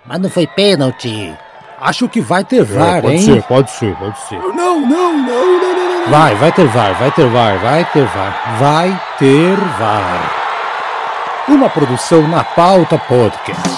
Mas não foi pênalti. Acho que vai ter VAR, pode hein? Pode ser. Não. Vai ter VAR. Vai ter VAR. Uma produção Na Pauta Podcast.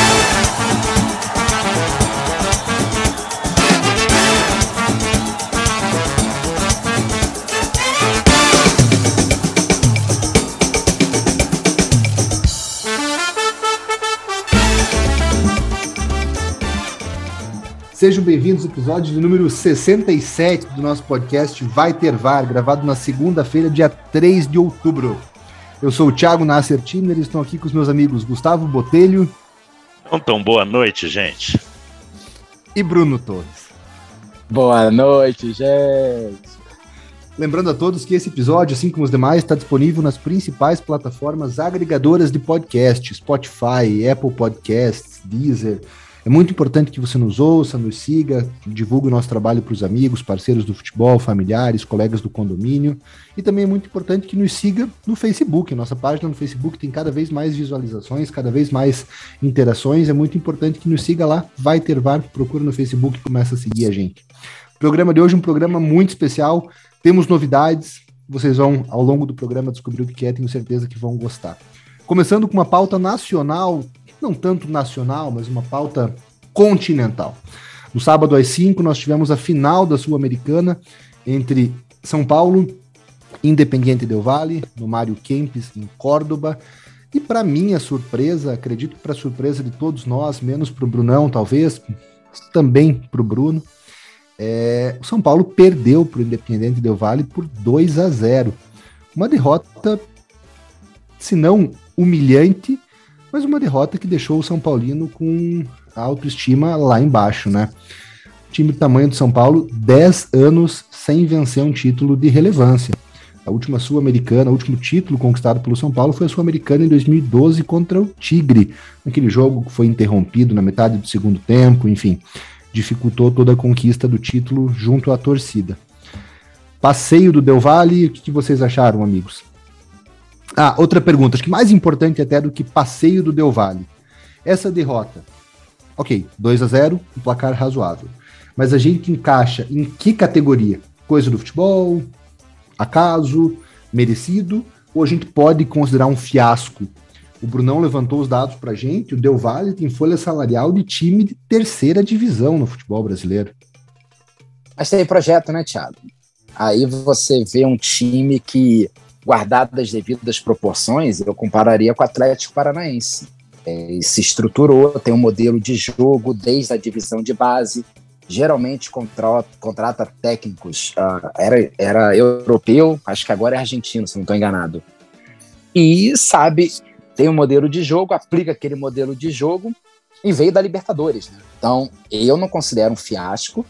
Sejam bem-vindos ao episódio de número 67 do nosso podcast Vai Ter VAR, gravado na segunda-feira, dia 3 de outubro. Eu sou o Thiago Nasser Timmer e estou aqui com os meus amigos Gustavo Botelho. Então, boa noite, gente. E Bruno Torres. Boa noite, gente. Lembrando a todos que esse episódio, assim como os demais, está disponível nas principais plataformas agregadoras de podcast, Spotify, Apple Podcasts, Deezer. É muito importante que você nos ouça, nos siga, divulgue o nosso trabalho para os amigos, parceiros do futebol, familiares, colegas do condomínio. E também é muito importante que nos siga no Facebook. Nossa página no Facebook tem cada vez mais visualizações, cada vez mais interações. É muito importante que nos siga lá. Vai Ter VAR, procura no Facebook e começa a seguir a gente. O programa de hoje é um programa muito especial. Temos novidades. Vocês vão, ao longo do programa, descobrir o que é. Tenho certeza que vão gostar. Começando com uma pauta nacional, não tanto nacional, mas uma pauta continental. No sábado às 5 nós tivemos a final da Sul-Americana entre São Paulo e Independiente del Valle, no Mário Kempes, em Córdoba. E para minha surpresa, acredito que para surpresa de todos nós, menos para o Brunão talvez, também para o Bruno, o São Paulo perdeu para o Independiente del Valle por 2-0. Uma derrota, se não humilhante, mas uma derrota que deixou o São Paulino com a autoestima lá embaixo, né? O time do tamanho do São Paulo, 10 anos sem vencer um título de relevância. A última Sul-Americana, o último título conquistado pelo São Paulo foi a Sul-Americana em 2012 contra o Tigre. Aquele jogo que foi interrompido na metade do segundo tempo, enfim, dificultou toda a conquista do título junto à torcida. Passeio do Del Valle, o que vocês acharam, amigos? Outra pergunta, acho que mais importante até do que passeio do Del Valle. Essa derrota, ok, 2-0, um placar razoável. Mas a gente encaixa em que categoria? Coisa do futebol, acaso, merecido, ou a gente pode considerar um fiasco? O Brunão levantou os dados pra gente, o Del Valle tem folha salarial de time de terceira divisão no futebol brasileiro. Mas tem projeto, né, Thiago? Aí você vê um time que, guardado as devidas proporções, eu compararia com o Atlético Paranaense. Se estruturou, tem um modelo de jogo desde a divisão de base, geralmente contrata técnicos, era europeu, acho que agora é argentino, se não estou enganado. E sabe, tem um modelo de jogo, aplica aquele modelo de jogo e veio da Libertadores, né? Então, eu não considero um fiasco.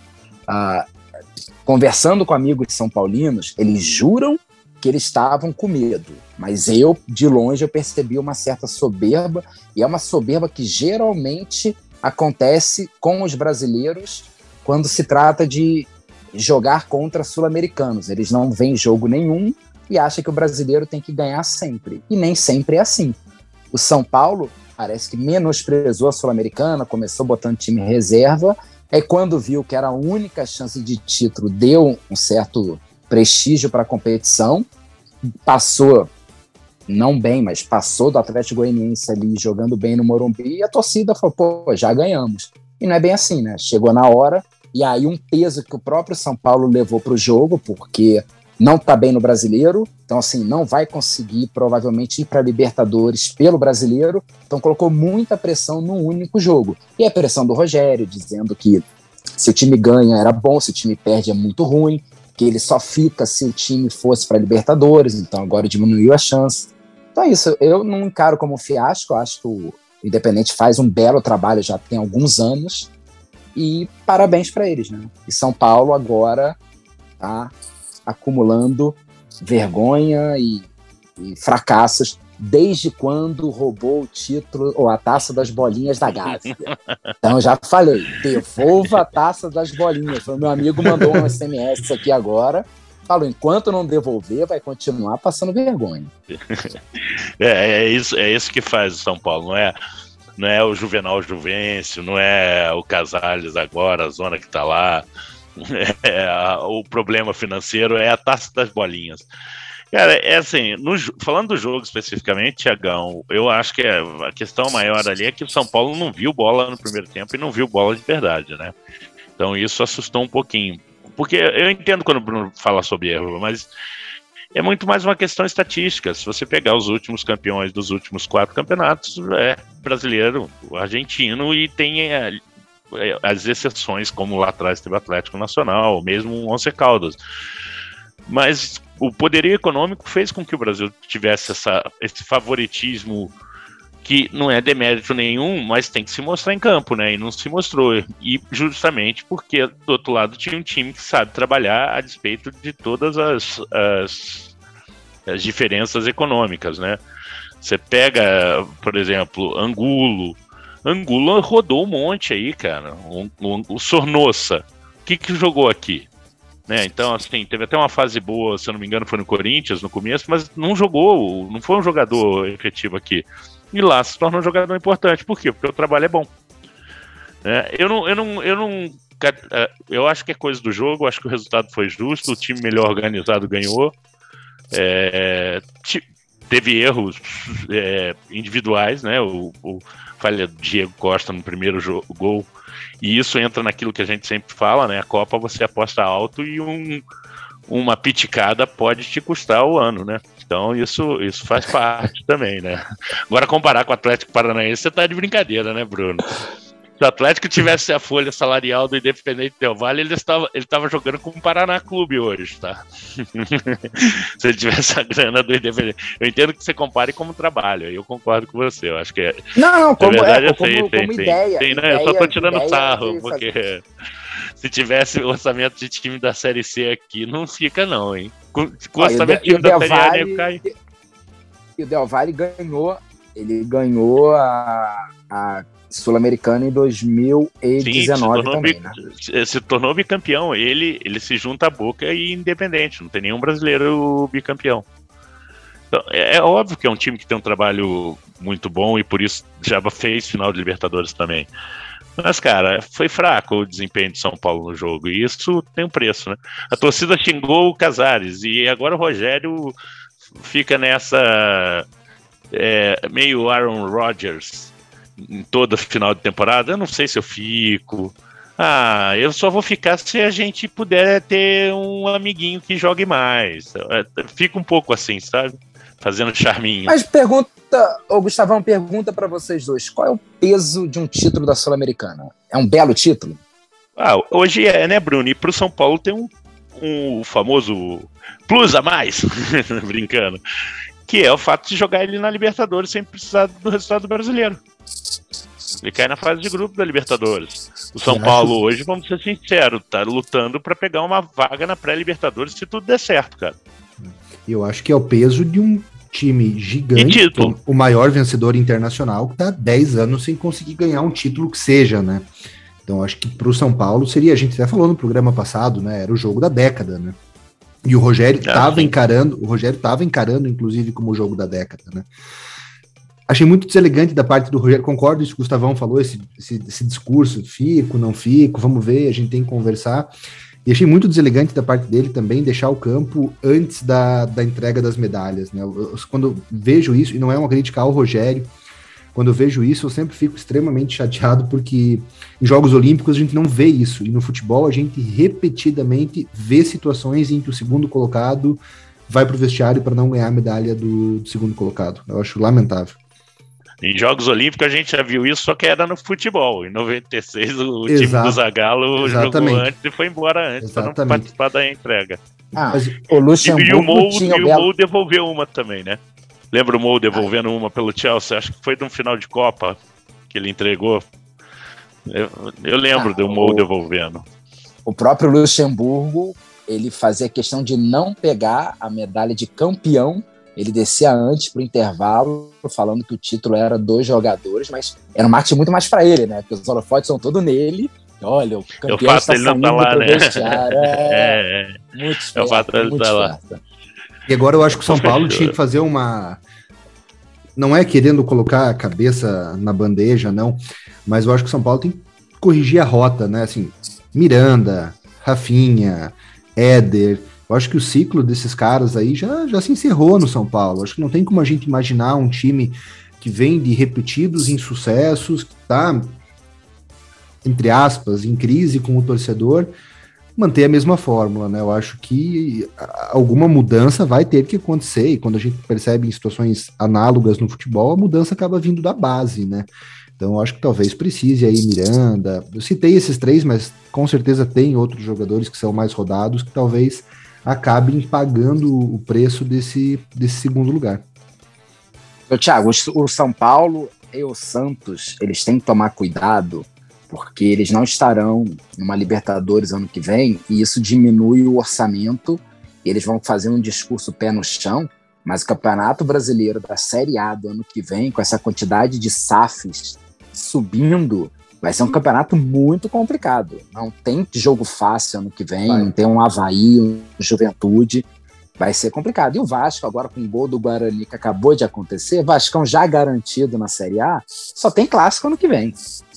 Conversando com amigos são paulinos, eles juram que eles estavam com medo, mas eu, de longe, eu percebi uma certa soberba, e é uma soberba que geralmente acontece com os brasileiros quando se trata de jogar contra sul-americanos. Eles não veem jogo nenhum e acham que o brasileiro tem que ganhar sempre, e nem sempre é assim. O São Paulo parece que menosprezou a Sul-Americana, começou botando time reserva, aí quando viu que era a única chance de título, deu um certo prestígio para a competição, passou, não bem, mas passou do Atlético Goianiense ali jogando bem no Morumbi, e a torcida falou, pô, já ganhamos. E não é bem assim, né? Chegou na hora, e aí um peso que o próprio São Paulo levou para o jogo, porque não está bem no Brasileiro, então assim, não vai conseguir provavelmente ir para a Libertadores pelo Brasileiro, então colocou muita pressão num único jogo. E a pressão do Rogério, dizendo que se o time ganha era bom, se o time perde é muito ruim, que ele só fica se o time fosse para a Libertadores, então agora diminuiu a chance. Então é isso, eu não encaro como um fiasco, eu acho que o Independente faz um belo trabalho, já tem alguns anos, e parabéns para eles, né? E São Paulo agora está acumulando vergonha e fracassos desde quando roubou o título ou a taça das bolinhas da Gávea. Então eu já falei, devolva a taça das bolinhas. O meu amigo mandou um SMS aqui agora, falou, enquanto não devolver, vai continuar passando vergonha. É isso que faz o São Paulo, não é? Não é o Juvenal Juvencio, não é o Casares agora, a zona que está lá. O problema financeiro é a taça das bolinhas. Cara, é assim, falando do jogo especificamente, Thiagão, eu acho que a questão maior ali é que o São Paulo não viu bola no primeiro tempo e não viu bola de verdade, né? Então isso assustou um pouquinho. Porque eu entendo quando o Bruno fala sobre erro, mas é muito mais uma questão estatística. Se você pegar os últimos campeões dos últimos 4 campeonatos, é brasileiro, argentino, e tem as exceções, como lá atrás teve o Atlético Nacional, mesmo o Once Caldas. Mas o poderio econômico fez com que o Brasil tivesse esse favoritismo que não é demérito nenhum, mas tem que se mostrar em campo, né? E não se mostrou. E justamente porque do outro lado tinha um time que sabe trabalhar a despeito de todas as diferenças econômicas, né? Você pega, por exemplo, Angulo rodou um monte aí, cara. O Sornosa, o que jogou aqui? Né? Então, assim, teve até uma fase boa, se eu não me engano, foi no Corinthians no começo, mas não jogou, não foi um jogador efetivo aqui. E lá se torna um jogador importante. Por quê? Porque o trabalho é bom. Eu acho que é coisa do jogo, acho que o resultado foi justo, o time melhor organizado ganhou. Teve erros individuais, né? O falha do Diego Costa no primeiro gol. E isso entra naquilo que a gente sempre fala, né? A Copa você aposta alto e uma piticada pode te custar o ano, né? Então isso faz parte também, né? Agora comparar com o Atlético Paranaense, você tá de brincadeira, né, Bruno? Se o Atlético tivesse a folha salarial do Independente Del Valle, ele estava jogando com o Paraná Clube hoje, tá? Se ele tivesse a grana do Independente. Eu entendo que você compare como trabalho, aí eu concordo com você, eu acho que Não, como ideia. Sim, né? Eu só tô tirando sarro, porque se tivesse o orçamento de time da Série C aqui, não fica não, hein? Com o orçamento de time da Série A, ele cai. E o Del Valle ganhou a Sul-Americana em 2019 também, né? Se tornou bicampeão. Ele se junta a Boca e Independente. Não tem nenhum brasileiro bicampeão. Então, é óbvio que é um time que tem um trabalho muito bom e por isso já fez final de Libertadores também. Mas, cara, foi fraco o desempenho de São Paulo no jogo. E isso tem um preço, né? A torcida xingou o Casares e agora o Rogério fica nessa meio Aaron Rodgers em toda final de temporada. Eu não sei se eu fico. Eu só vou ficar se a gente puder ter um amiguinho que jogue mais. Fica um pouco assim, sabe? Fazendo charminho. Mas Gustavão, pergunta pra vocês dois. Qual é o peso de um título da Sul-Americana? É um belo título? Hoje né, Bruno? E pro São Paulo tem um famoso plus a mais, brincando, que é o fato de jogar ele na Libertadores sem precisar do resultado brasileiro. Ele cai na fase de grupo da Libertadores. O São Paulo hoje, vamos ser sinceros, tá lutando para pegar uma vaga na pré-Libertadores se tudo der certo, cara. Eu acho que é o peso de um time gigante, o maior vencedor internacional, que tá 10 anos sem conseguir ganhar um título que seja, né? Então acho que pro São Paulo seria, a gente até falou no programa passado, né? Era o jogo da década, né? E o Rogério estava encarando, inclusive, como o jogo da década, né? Achei muito deselegante da parte do Rogério, concordo isso que o Gustavão falou, esse discurso, fico, não fico, vamos ver, a gente tem que conversar. E achei muito deselegante da parte dele também deixar o campo antes da entrega das medalhas, né? Quando vejo isso, e não é uma crítica ao Rogério, quando eu vejo isso, eu sempre fico extremamente chateado, porque em Jogos Olímpicos a gente não vê isso, e no futebol a gente repetidamente vê situações em que o segundo colocado vai para o vestiário para não ganhar a medalha do segundo colocado. Eu acho lamentável. Em Jogos Olímpicos a gente já viu isso, só que era no futebol. Em 96 o time do Zagallo jogou antes e foi embora antes para não participar da entrega. O Luxemburgo e o Mou devolveu uma também, né? Lembra o Mou devolvendo uma pelo Chelsea? Acho que foi no final de Copa que ele entregou. Eu lembro do Mou devolvendo. O próprio Luxemburgo, ele fazia questão de não pegar a medalha de campeão. Ele descia antes pro intervalo, falando que o título era dos jogadores, mas era um marketing muito mais para ele, né? Porque os holofotes são todos nele. Olha, o campeão está saindo pro vestiário. Muito esperto, é o fato dele estar lá. E agora eu acho que o São Paulo tinha que fazer uma não é querendo colocar a cabeça na bandeja, não, mas eu acho que o São Paulo tem que corrigir a rota, né? Assim, Miranda, Rafinha, Éder. Eu acho que o ciclo desses caras aí já se encerrou no São Paulo. Eu acho que não tem como a gente imaginar um time que vem de repetidos insucessos, que tá, entre aspas, em crise com o torcedor, manter a mesma fórmula, né? Eu acho que alguma mudança vai ter que acontecer, e quando a gente percebe em situações análogas no futebol, a mudança acaba vindo da base, né? Então eu acho que talvez precise aí Miranda. Eu citei esses 3, mas com certeza tem outros jogadores que são mais rodados que talvez acabem pagando o preço desse segundo lugar. Thiago, o São Paulo e o Santos, eles têm que tomar cuidado, porque eles não estarão numa Libertadores ano que vem, e isso diminui o orçamento, e eles vão fazer um discurso pé no chão, mas o Campeonato Brasileiro da Série A do ano que vem, com essa quantidade de SAFs subindo, vai ser um campeonato muito complicado. Não tem jogo fácil ano que vem, não tem um Avaí, um Juventude, vai ser complicado. E o Vasco, agora com o gol do Guarani que acabou de acontecer, Vascão já garantido na Série A, só tem clássico ano que vem.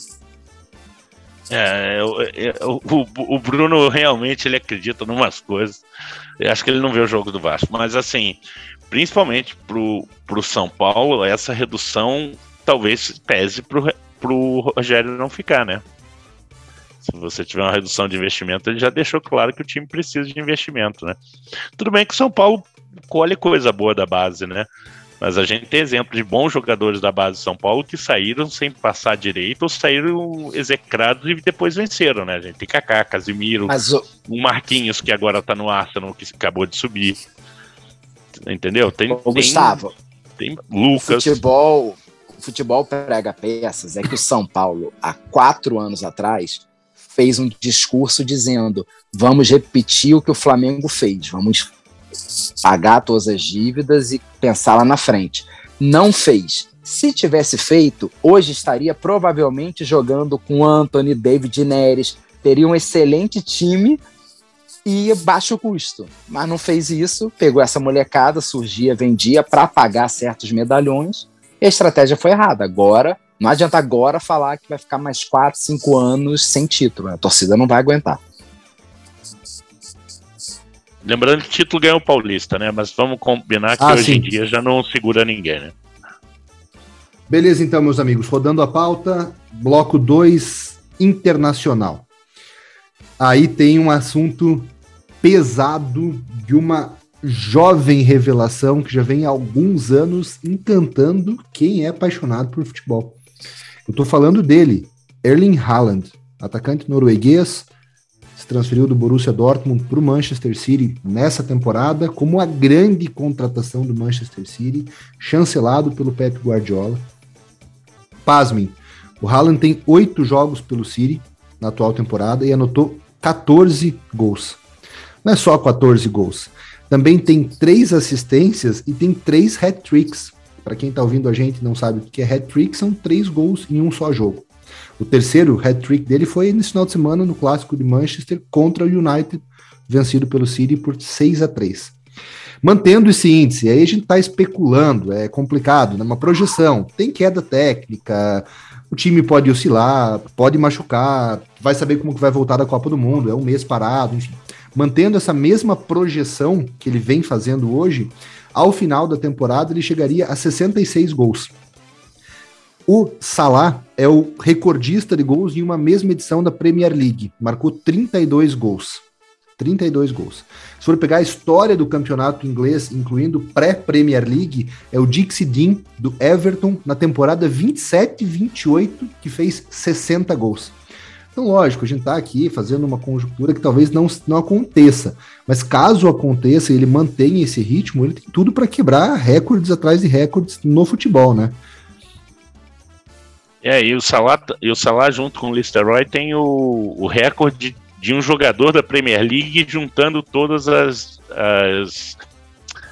O Bruno realmente ele acredita em umas coisas. Eu acho que ele não vê o jogo do Vasco, mas assim, principalmente pro São Paulo, essa redução talvez pese pro Rogério não ficar, né? Se você tiver uma redução de investimento, ele já deixou claro que o time precisa de investimento, né? Tudo bem que o São Paulo colhe coisa boa da base, né? Mas a gente tem exemplo de bons jogadores da base de São Paulo que saíram sem passar direito ou saíram execrados e depois venceram, né? A gente tem Kaká, Casimiro, o Marquinhos, que agora tá no Arsenal, que acabou de subir. Entendeu? Gustavo, tem Lucas. O futebol prega peças. É que o São Paulo, há 4 anos atrás, fez um discurso dizendo: vamos repetir o que o Flamengo fez, vamos pagar todas as dívidas e pensar lá na frente. Não fez. Se tivesse feito, hoje estaria provavelmente jogando com Antony, David Neres, teria um excelente time e baixo custo. Mas não fez isso, pegou essa molecada, surgia, vendia para pagar certos medalhões, e a estratégia foi errada. Agora, não adianta agora falar que vai ficar mais 4, 5 anos sem título. A torcida não vai aguentar. Lembrando que o título ganhou o Paulista, né? Mas vamos combinar que hoje em dia já não segura ninguém, né? Beleza, então, meus amigos. Rodando a pauta, bloco 2, internacional. Aí tem um assunto pesado de uma jovem revelação que já vem há alguns anos encantando quem é apaixonado por futebol. Eu tô falando dele, Erling Haaland, atacante norueguês, se transferiu do Borussia Dortmund para o Manchester City nessa temporada como a grande contratação do Manchester City, chancelado pelo Pep Guardiola. Pasmem, o Haaland tem 8 jogos pelo City na atual temporada e anotou 14 gols. Não é só 14 gols, também tem 3 assistências e tem 3 hat-tricks. Para quem está ouvindo a gente e não sabe o que é hat-trick, são 3 gols em um só jogo. O terceiro hat-trick dele foi nesse final de semana no clássico de Manchester contra o United, vencido pelo City por 6-3. Mantendo esse índice, aí a gente está especulando, é complicado, né? Uma projeção, tem queda técnica, o time pode oscilar, pode machucar, vai saber como que vai voltar da Copa do Mundo, é um mês parado, enfim. Mantendo essa mesma projeção que ele vem fazendo hoje, ao final da temporada ele chegaria a 66 gols. O Salah é o recordista de gols em uma mesma edição da Premier League, marcou 32 gols. 32 gols. Se for pegar a história do campeonato inglês, incluindo pré-Premier League, é o Dixie Dean, do Everton, na temporada 27-28, que fez 60 gols. Então, lógico, a gente está aqui fazendo uma conjuntura que talvez não aconteça, mas caso aconteça e ele mantenha esse ritmo, ele tem tudo para quebrar recordes atrás de recordes no futebol, né? E o Salah junto com o Listeroy tem o recorde de um jogador da Premier League juntando todas as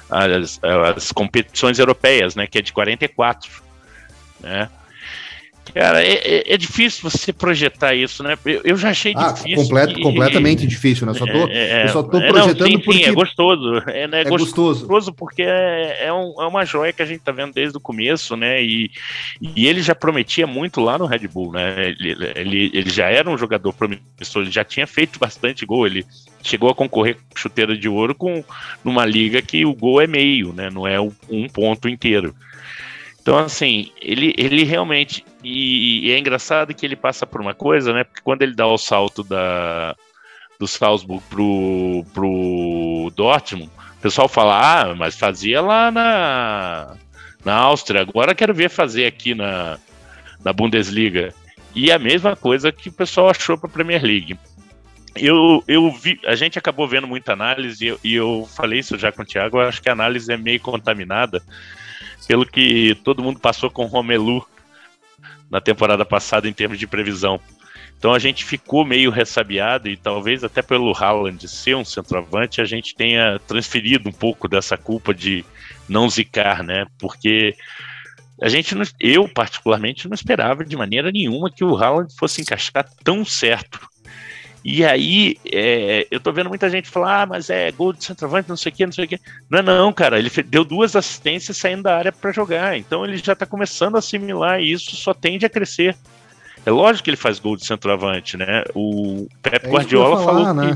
competições europeias, né, que é de 44, né? Cara, é difícil você projetar isso, né? Eu já achei difícil. Completamente difícil, né? Eu só tô projetando porque... é gostoso. É gostoso porque é uma joia que a gente tá vendo desde o começo, né? E ele já prometia muito lá no Red Bull, né? Ele já era um jogador promissor, ele já tinha feito bastante gol, ele chegou a concorrer com chuteira de ouro numa liga que o gol é meio, né? Não é um ponto inteiro. Então, assim, ele realmente... E é engraçado que ele passa por uma coisa, né? Porque quando ele dá o salto do Salzburg pro Dortmund, o pessoal fala, mas fazia lá na Áustria, agora quero ver fazer aqui na Bundesliga. E a mesma coisa que o pessoal achou para a Premier League. Eu vi, a gente acabou vendo muita análise e eu falei isso já com o Thiago, eu acho que a análise é meio contaminada pelo que todo mundo passou com o Romelu na temporada passada em termos de previsão. Então a gente ficou meio ressabiado e talvez até pelo Haaland ser um centroavante a gente tenha transferido um pouco dessa culpa de não zicar, né? Porque eu particularmente não esperava de maneira nenhuma que o Haaland fosse encaixar tão certo. E aí, eu tô vendo muita gente falar, mas é gol de centroavante, não sei o que. Não, cara, ele deu 2 assistências saindo da área para jogar, então ele já tá começando a assimilar e isso só tende a crescer. É lógico que ele faz gol de centroavante, né? O Pep Guardiola falou, né?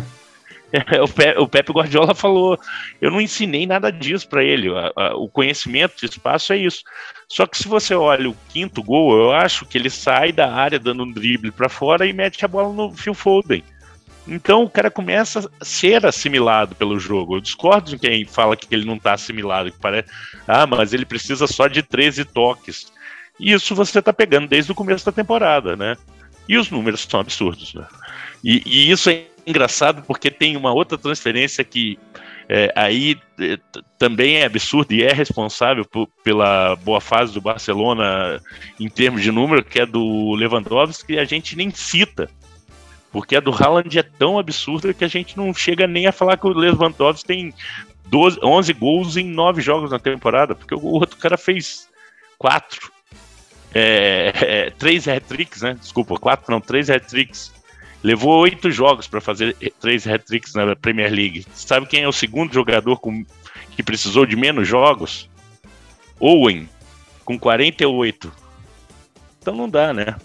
O Pep Guardiola falou, eu não ensinei nada disso para ele, o conhecimento de espaço é isso. Só que se você olha o 5º gol, eu acho que ele sai da área dando um drible para fora e mete a bola no Phil Foden. Então o cara começa a ser assimilado pelo jogo. Eu discordo de quem fala que ele não está assimilado, que parece, mas ele precisa só de 13 toques. Isso você está pegando desde o começo da temporada, né? E os números são absurdos, né? E isso é engraçado porque tem uma outra transferência que também é absurda e é responsável pela boa fase do Barcelona em termos de número, que é do Lewandowski, que a gente nem cita. Porque a do Haaland é tão absurda que a gente não chega nem a falar que o Lewandowski tem 11 gols em 9 jogos na temporada, porque o outro cara fez 4. 3 hat-tricks, né? Desculpa, 4 não, 3 hat-tricks. Levou 8 jogos para fazer 3 hat-tricks na Premier League. Sabe quem é o segundo jogador que precisou de menos jogos? Owen, com 48. Então não dá, né?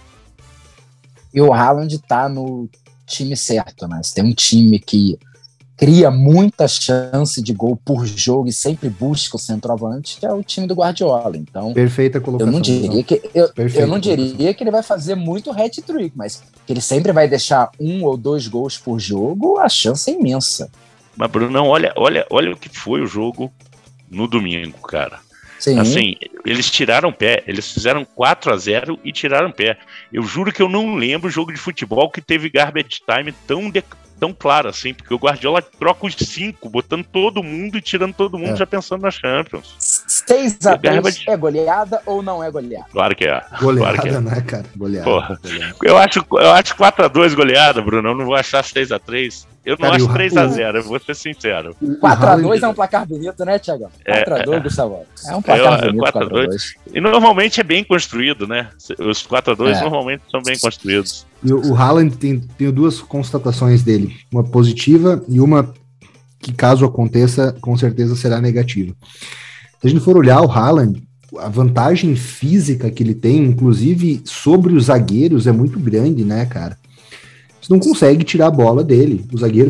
E o Haaland tá no time certo, né? Se tem um time que cria muita chance de gol por jogo e sempre busca o centroavante, que é o time do Guardiola. Então, perfeita colocação. Eu não diria que ele vai fazer muito hat-trick, mas que ele sempre vai deixar 1 ou 2 gols por jogo, a chance é imensa. Mas, Bruno, olha o que foi o jogo no domingo, cara. Sim. Assim, eles tiraram pé, eles fizeram 4-0 e tiraram pé. Eu juro que eu não lembro jogo de futebol que teve garbage time tão claro assim, porque o Guardiola troca os 5, botando todo mundo e tirando todo mundo já pensando na Champions. 6-3 é goleada ou não é goleada? Claro que é. Goleada, claro que é. Né, cara? Goleada. Porra. Eu acho 4-2 goleada, Bruno. Eu não vou achar 6-3. Eu não acho 3-0, eu vou ser sincero. 4-2 é um placar bonito, né, Thiago? 4-2, Gustavo. É um placar bonito, 4-2. E normalmente é bem construído, né? Os 4-2 normalmente são bem construídos. E o Haaland tem 2 constatações dele. Uma positiva e uma que, caso aconteça, com certeza será negativa. Se a gente for olhar o Haaland, a vantagem física que ele tem, inclusive sobre os zagueiros, é muito grande, né, cara? Você não consegue tirar a bola dele. O zagueiro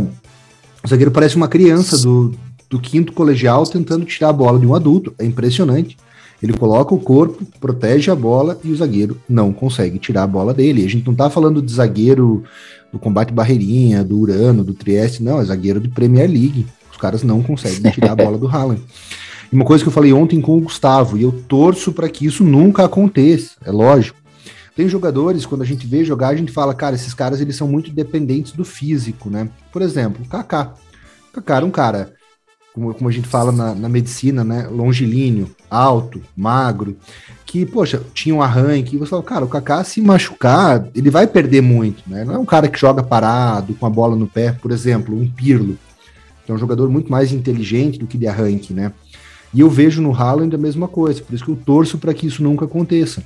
parece uma criança do 5º colegial tentando tirar a bola de um adulto. É impressionante. Ele coloca o corpo, protege a bola e o zagueiro não consegue tirar a bola dele. A gente não tá falando de zagueiro do Combate Barreirinha, do Urano, do Trieste, não, é zagueiro de Premier League. Os caras não conseguem tirar a bola do Haaland. E uma coisa que eu falei ontem com o Gustavo, e eu torço para que isso nunca aconteça, é lógico. Tem jogadores, quando a gente vê jogar, a gente fala, cara, esses caras eles são muito dependentes do físico, né? Por exemplo, o Kaká. O Kaká era um cara, como a gente fala na medicina, né? Longilíneo, alto, magro, que, poxa, tinha um arranque, e você fala, cara, o Kaká se machucar, ele vai perder muito, né? Não é um cara que joga parado, com a bola no pé, por exemplo, um Pirlo, que é um jogador muito mais inteligente do que de arranque, né? E eu vejo no Haaland a mesma coisa, por isso que eu torço para que isso nunca aconteça.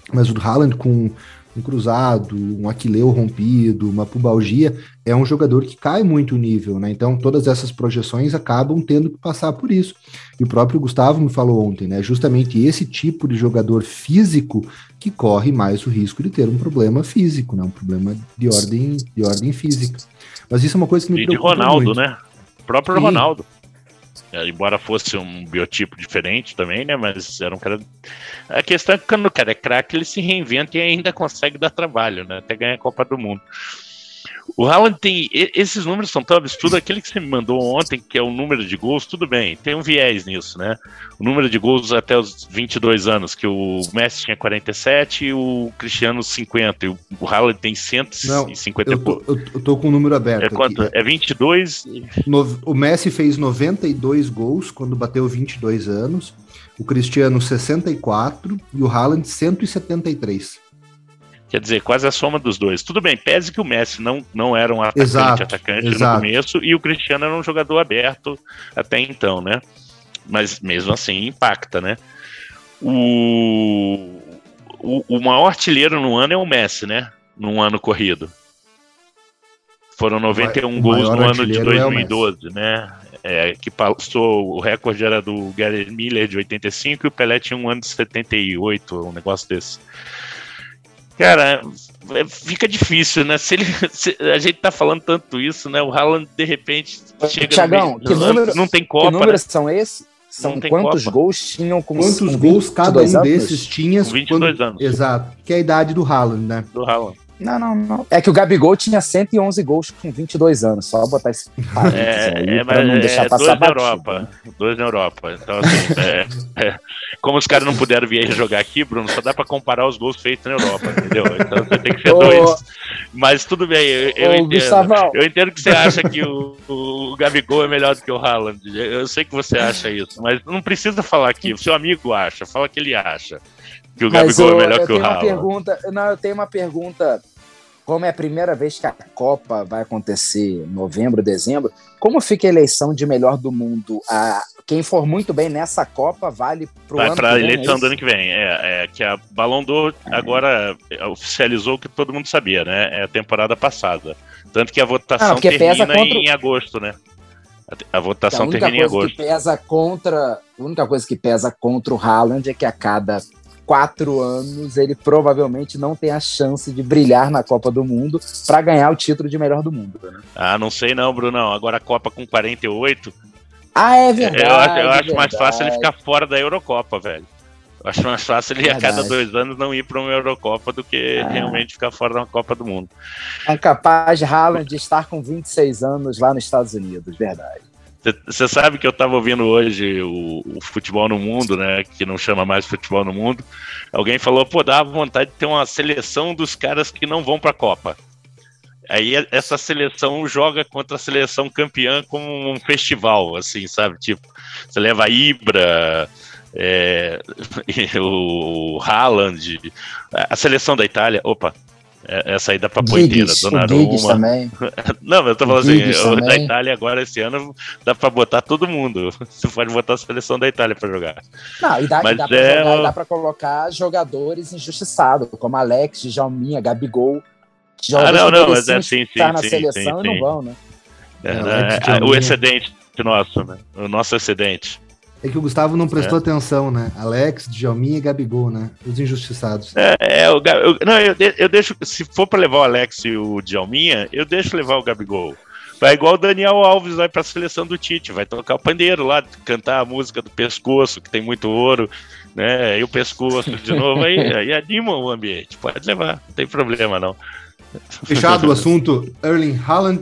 Mas o Haaland com um cruzado, um aquileu rompido, uma pubalgia, é um jogador que cai muito o nível, né? Então todas essas projeções acabam tendo que passar por isso. E o próprio Gustavo me falou ontem, né? Justamente esse tipo de jogador físico que corre mais o risco de ter um problema físico, né? Um problema de ordem física. Mas isso é uma coisa que me preocupa muito. E de Ronaldo, né? O próprio Ronaldo. Embora fosse um biotipo diferente também, né? Mas era um cara... A questão é que quando o cara é craque, ele se reinventa e ainda consegue dar trabalho, né? Até ganhar a Copa do Mundo. O Haaland tem... Esses números são tão absurdos. Aquele que você me mandou ontem, que é o número de gols, tudo bem. Tem um viés nisso, né? O número de gols até os 22 anos, que o Messi tinha 47 e o Cristiano 50. E o Haaland tem 150 e pouco. Eu tô com o número aberto. É quanto? É 22? O Messi fez 92 gols quando bateu 22 anos. O Cristiano 64 e o Haaland 173. Quer dizer, quase a soma dos dois. Tudo bem, pese que o Messi não era um atacante no começo e o Cristiano era um jogador aberto até então, né? Mas mesmo assim impacta, né? O maior artilheiro no ano é o Messi, né? Num ano corrido. Foram 91 gols no ano de 2012, né? Que passou, o recorde era do Gary Miller de 85 e o Pelé tinha um ano de 78, um negócio desse. Cara, fica difícil, né? Se a gente tá falando tanto isso, né? O Haaland, de repente, chega Thiagão, não tem Copa. Que números né? são esses? São quantos Copa? Gols tinham com Quantos gols cada um anos? desses tinha? Com 22 anos. Exato, que é a idade do Haaland, né? Do Haaland. Não. É que o Gabigol tinha 111 gols com 22 anos. Só botar esse parênteses aí pra não deixar passar batido. Dois na Europa. Então, assim, como os caras não puderam vir jogar aqui, Bruno, só dá pra comparar os gols feitos na Europa, entendeu? Então você tem que ser dois. Mas tudo bem, eu entendo. Gustavão. Eu entendo que você acha que o Gabigol é melhor do que o Haaland. Eu sei que você acha isso, mas não precisa falar aqui. O seu amigo acha, fala que ele acha. Que o Gabigol é melhor que o Haaland. Eu tenho uma pergunta. Como é a primeira vez que a Copa vai acontecer em novembro, dezembro, como fica a eleição de melhor do mundo? Quem for muito bem nessa Copa vale pro ano que vem? Vai para a eleição do ano que vem. Que a Ballon d'Or agora oficializou o que todo mundo sabia, né? É a temporada passada. Tanto que a votação termina em agosto, né? A votação termina em agosto. A única coisa que pesa contra o Haaland é que a cada 4 anos ele provavelmente não tem a chance de brilhar na Copa do Mundo para ganhar o título de melhor do mundo, né? Não sei não, Brunão. Agora a Copa com 48... é verdade. Eu acho mais fácil ele ficar fora da Eurocopa, velho. Eu acho mais fácil ele a cada 2 anos não ir para uma Eurocopa do que realmente ficar fora da Copa do Mundo. É capaz de Haaland estar com 26 anos lá nos Estados Unidos, verdade. Você sabe que eu estava ouvindo hoje o Futebol no Mundo, né? Que não chama mais Futebol no Mundo. Alguém falou, dá vontade de ter uma seleção dos caras que não vão para a Copa. Aí essa seleção joga contra a seleção campeã como um festival, assim, sabe? Tipo, você leva a Ibra, o Haaland, a seleção da Itália, essa aí dá pra pôr inteira, Donnarumma. Também. Não, eu tô falando assim, da Itália agora esse ano dá pra botar todo mundo. Você pode botar a seleção da Itália pra jogar. Não, e dá pra colocar jogadores injustiçados, como Alex, Djalminha, Gabigol. Não, mas é sim. Na seleção e não vão, né? O excedente nosso, né? O nosso excedente. É que o Gustavo não prestou atenção, né? Alex, Djalminha e Gabigol, né? Os injustiçados. Eu deixo, se for pra levar o Alex e o Djalminha, eu deixo levar o Gabigol. Vai igual o Daniel Alves, vai pra seleção do Tite, vai tocar o pandeiro lá, cantar a música do pescoço, que tem muito ouro, né? E o pescoço de novo, aí anima o ambiente. Pode levar, não tem problema não. Fechado o assunto, Erling Haaland.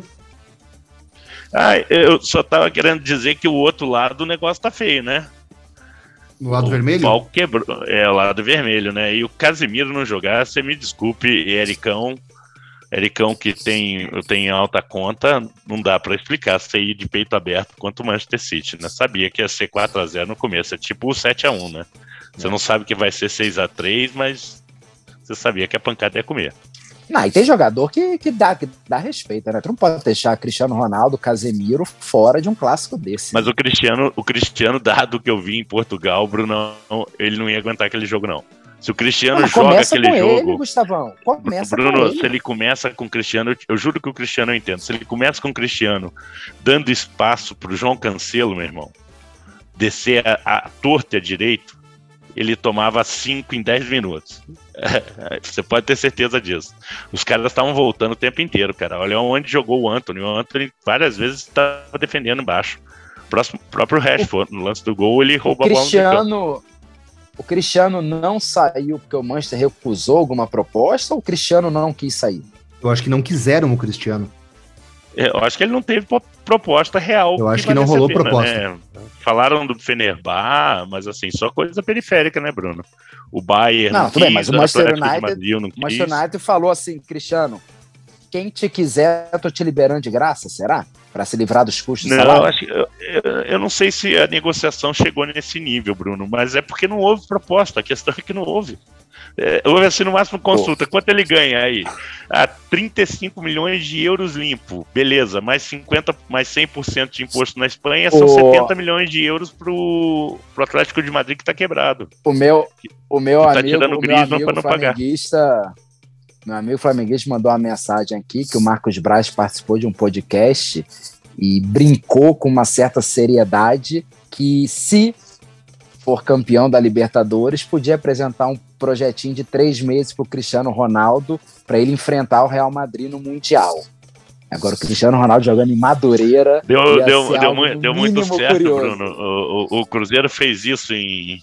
Eu só tava querendo dizer que o outro lado do negócio tá feio, né? No lado vermelho? O pau quebrou. O lado vermelho, né? E o Casemiro não jogar, você me desculpe, Ericão que tem alta conta, não dá pra explicar você ir de peito aberto quanto o Manchester City, né? Sabia que ia ser 4-0 no começo, é tipo o 7-1, né? Você não sabe que vai ser 6-3, mas você sabia que a pancada ia comer. E tem jogador que dá respeito, né? Tu não pode deixar Cristiano Ronaldo, Casemiro fora de um clássico desse. Mas o Cristiano, dado que eu vi em Portugal, Bruno, ele não ia aguentar aquele jogo, não. Se o Cristiano joga aquele jogo... Ele, Gustavão. Bruno, se ele começa com o Cristiano... Eu juro que o Cristiano eu entendo. Se ele começa com o Cristiano dando espaço pro João Cancelo, meu irmão, descer a torta direito, ele tomava 5 em 10 minutos. Você pode ter certeza disso. Os caras estavam voltando o tempo inteiro, cara. Olha onde jogou o Antony. O Antony várias vezes estava defendendo embaixo. O próprio Rashford, no lance do gol, ele roubou a bola. O Cristiano não saiu porque o Manchester recusou alguma proposta ou o Cristiano não quis sair? Eu acho que não quiseram o Cristiano. Eu acho que ele não teve proposta real. Eu acho que não rolou proposta. Né? Falaram do Fenerbahçe, mas assim, só coisa periférica, né, Bruno? O Bayern não tudo bem, mas o Manchester United falou assim, Cristiano, quem te quiser, eu tô te liberando de graça, será? Para se livrar dos custos de salário? Eu não sei se a negociação chegou nesse nível, Bruno, mas é porque não houve proposta, a questão é que não houve. Houve assim no máximo consulta. Quanto ele ganha aí? 35 milhões de euros limpo. Beleza, mais 100% de imposto na Espanha são 70 milhões de euros pro Atlético de Madrid que tá quebrado. O meu amigo flamenguista mandou uma mensagem aqui que o Marcos Braz participou de um podcast e brincou com uma certa seriedade que, se for campeão da Libertadores, podia apresentar um projetinho de 3 meses para o Cristiano Ronaldo para ele enfrentar o Real Madrid no Mundial. Agora o Cristiano Ronaldo jogando em Madureira deu muito certo, curioso. Bruno. O Cruzeiro fez isso em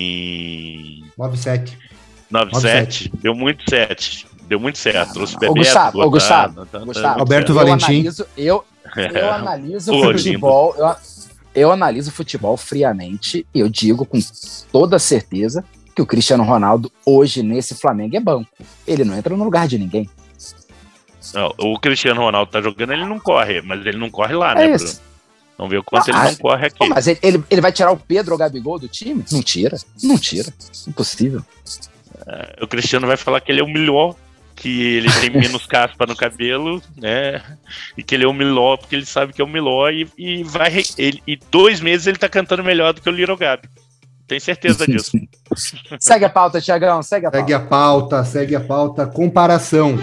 9-7. Deu muito certo. Gustavo, Alberto Valentim. Eu analiso futebol. Eu analiso futebol friamente e eu digo com toda certeza que o Cristiano Ronaldo hoje nesse Flamengo é banco. Ele não entra no lugar de ninguém. Não, o Cristiano Ronaldo tá jogando, ele não corre, mas ele não corre lá, né, Bruno? Vamos ver o quanto ele não corre aqui. Mas ele vai tirar o Pedro ou o Gabigol do time? Não tira. Impossível. O Cristiano vai falar que ele é o melhor, que ele tem menos caspa no cabelo, né? E que ele é o melhor porque ele sabe que é o melhor e 2 meses ele tá cantando melhor do que o Little Gabi. Tenho certeza disso. Segue a pauta, Thiagão, segue a pauta. Comparação.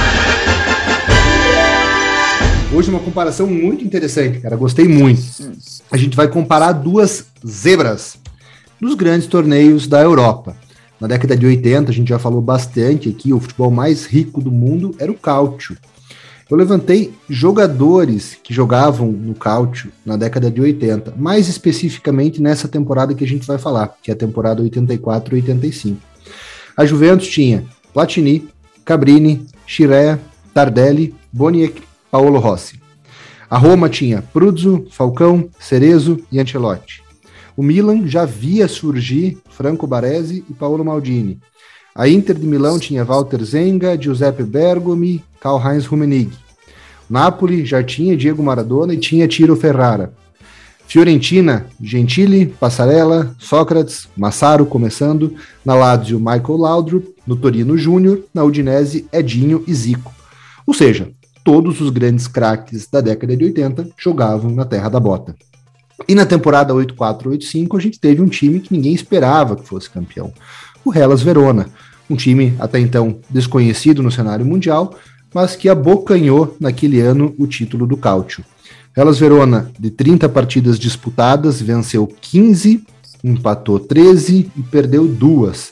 Hoje uma comparação muito interessante, cara. Gostei muito. A gente vai comparar 2 zebras dos grandes torneios da Europa. Na década de 80, a gente já falou bastante aqui, o futebol mais rico do mundo era o Calcio. Eu levantei jogadores que jogavam no Calcio na década de 80, mais especificamente nessa temporada que a gente vai falar, que é a temporada 84-85. A Juventus tinha Platini, Cabrini, Scirea, Tardelli, Boniek, Paolo Rossi. A Roma tinha Pruzzo, Falcão, Cerezo e Ancelotti. O Milan já via surgir Franco Baresi e Paolo Maldini. A Inter de Milão tinha Walter Zenga, Giuseppe Bergomi, Karl-Heinz Rummenigge. Napoli já tinha Diego Maradona e tinha Tiro Ferrara. Fiorentina, Gentili, Passarella, Sócrates, Massaro começando. Na Lazio, Michael Laudrup. No Torino, Júnior. Na Udinese, Edinho e Zico. Ou seja, todos os grandes craques da década de 80 jogavam na terra da bota. E na temporada 84-85 a gente teve um time que ninguém esperava que fosse campeão. O Hellas Verona, um time até então desconhecido no cenário mundial, mas que abocanhou naquele ano o título do Calcio. Hellas Verona, de 30 partidas disputadas, venceu 15, empatou 13 e perdeu 2.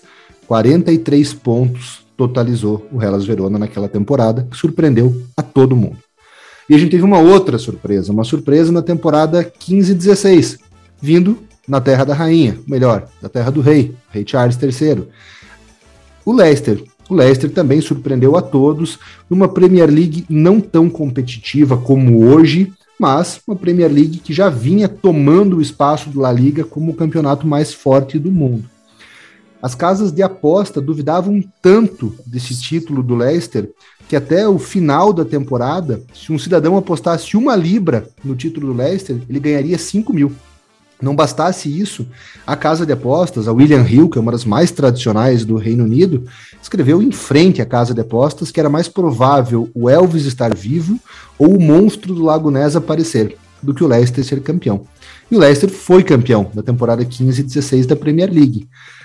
43 pontos totalizou o Hellas Verona naquela temporada, que surpreendeu a todo mundo. E a gente teve uma outra surpresa, na temporada 15-16, vindo na terra da rainha, melhor, da terra do rei Charles III. O Leicester também surpreendeu a todos numa Premier League não tão competitiva como hoje, mas uma Premier League que já vinha tomando o espaço do La Liga como o campeonato mais forte do mundo. As casas de aposta duvidavam tanto desse título do Leicester que até o final da temporada, se um cidadão apostasse 1 libra no título do Leicester, ele ganharia 5 mil. Não bastasse isso, a casa de apostas, a William Hill, que é uma das mais tradicionais do Reino Unido, escreveu em frente à casa de apostas que era mais provável o Elvis estar vivo ou o monstro do Lago Ness aparecer do que o Leicester ser campeão. E o Leicester foi campeão na temporada 15-16 da Premier League.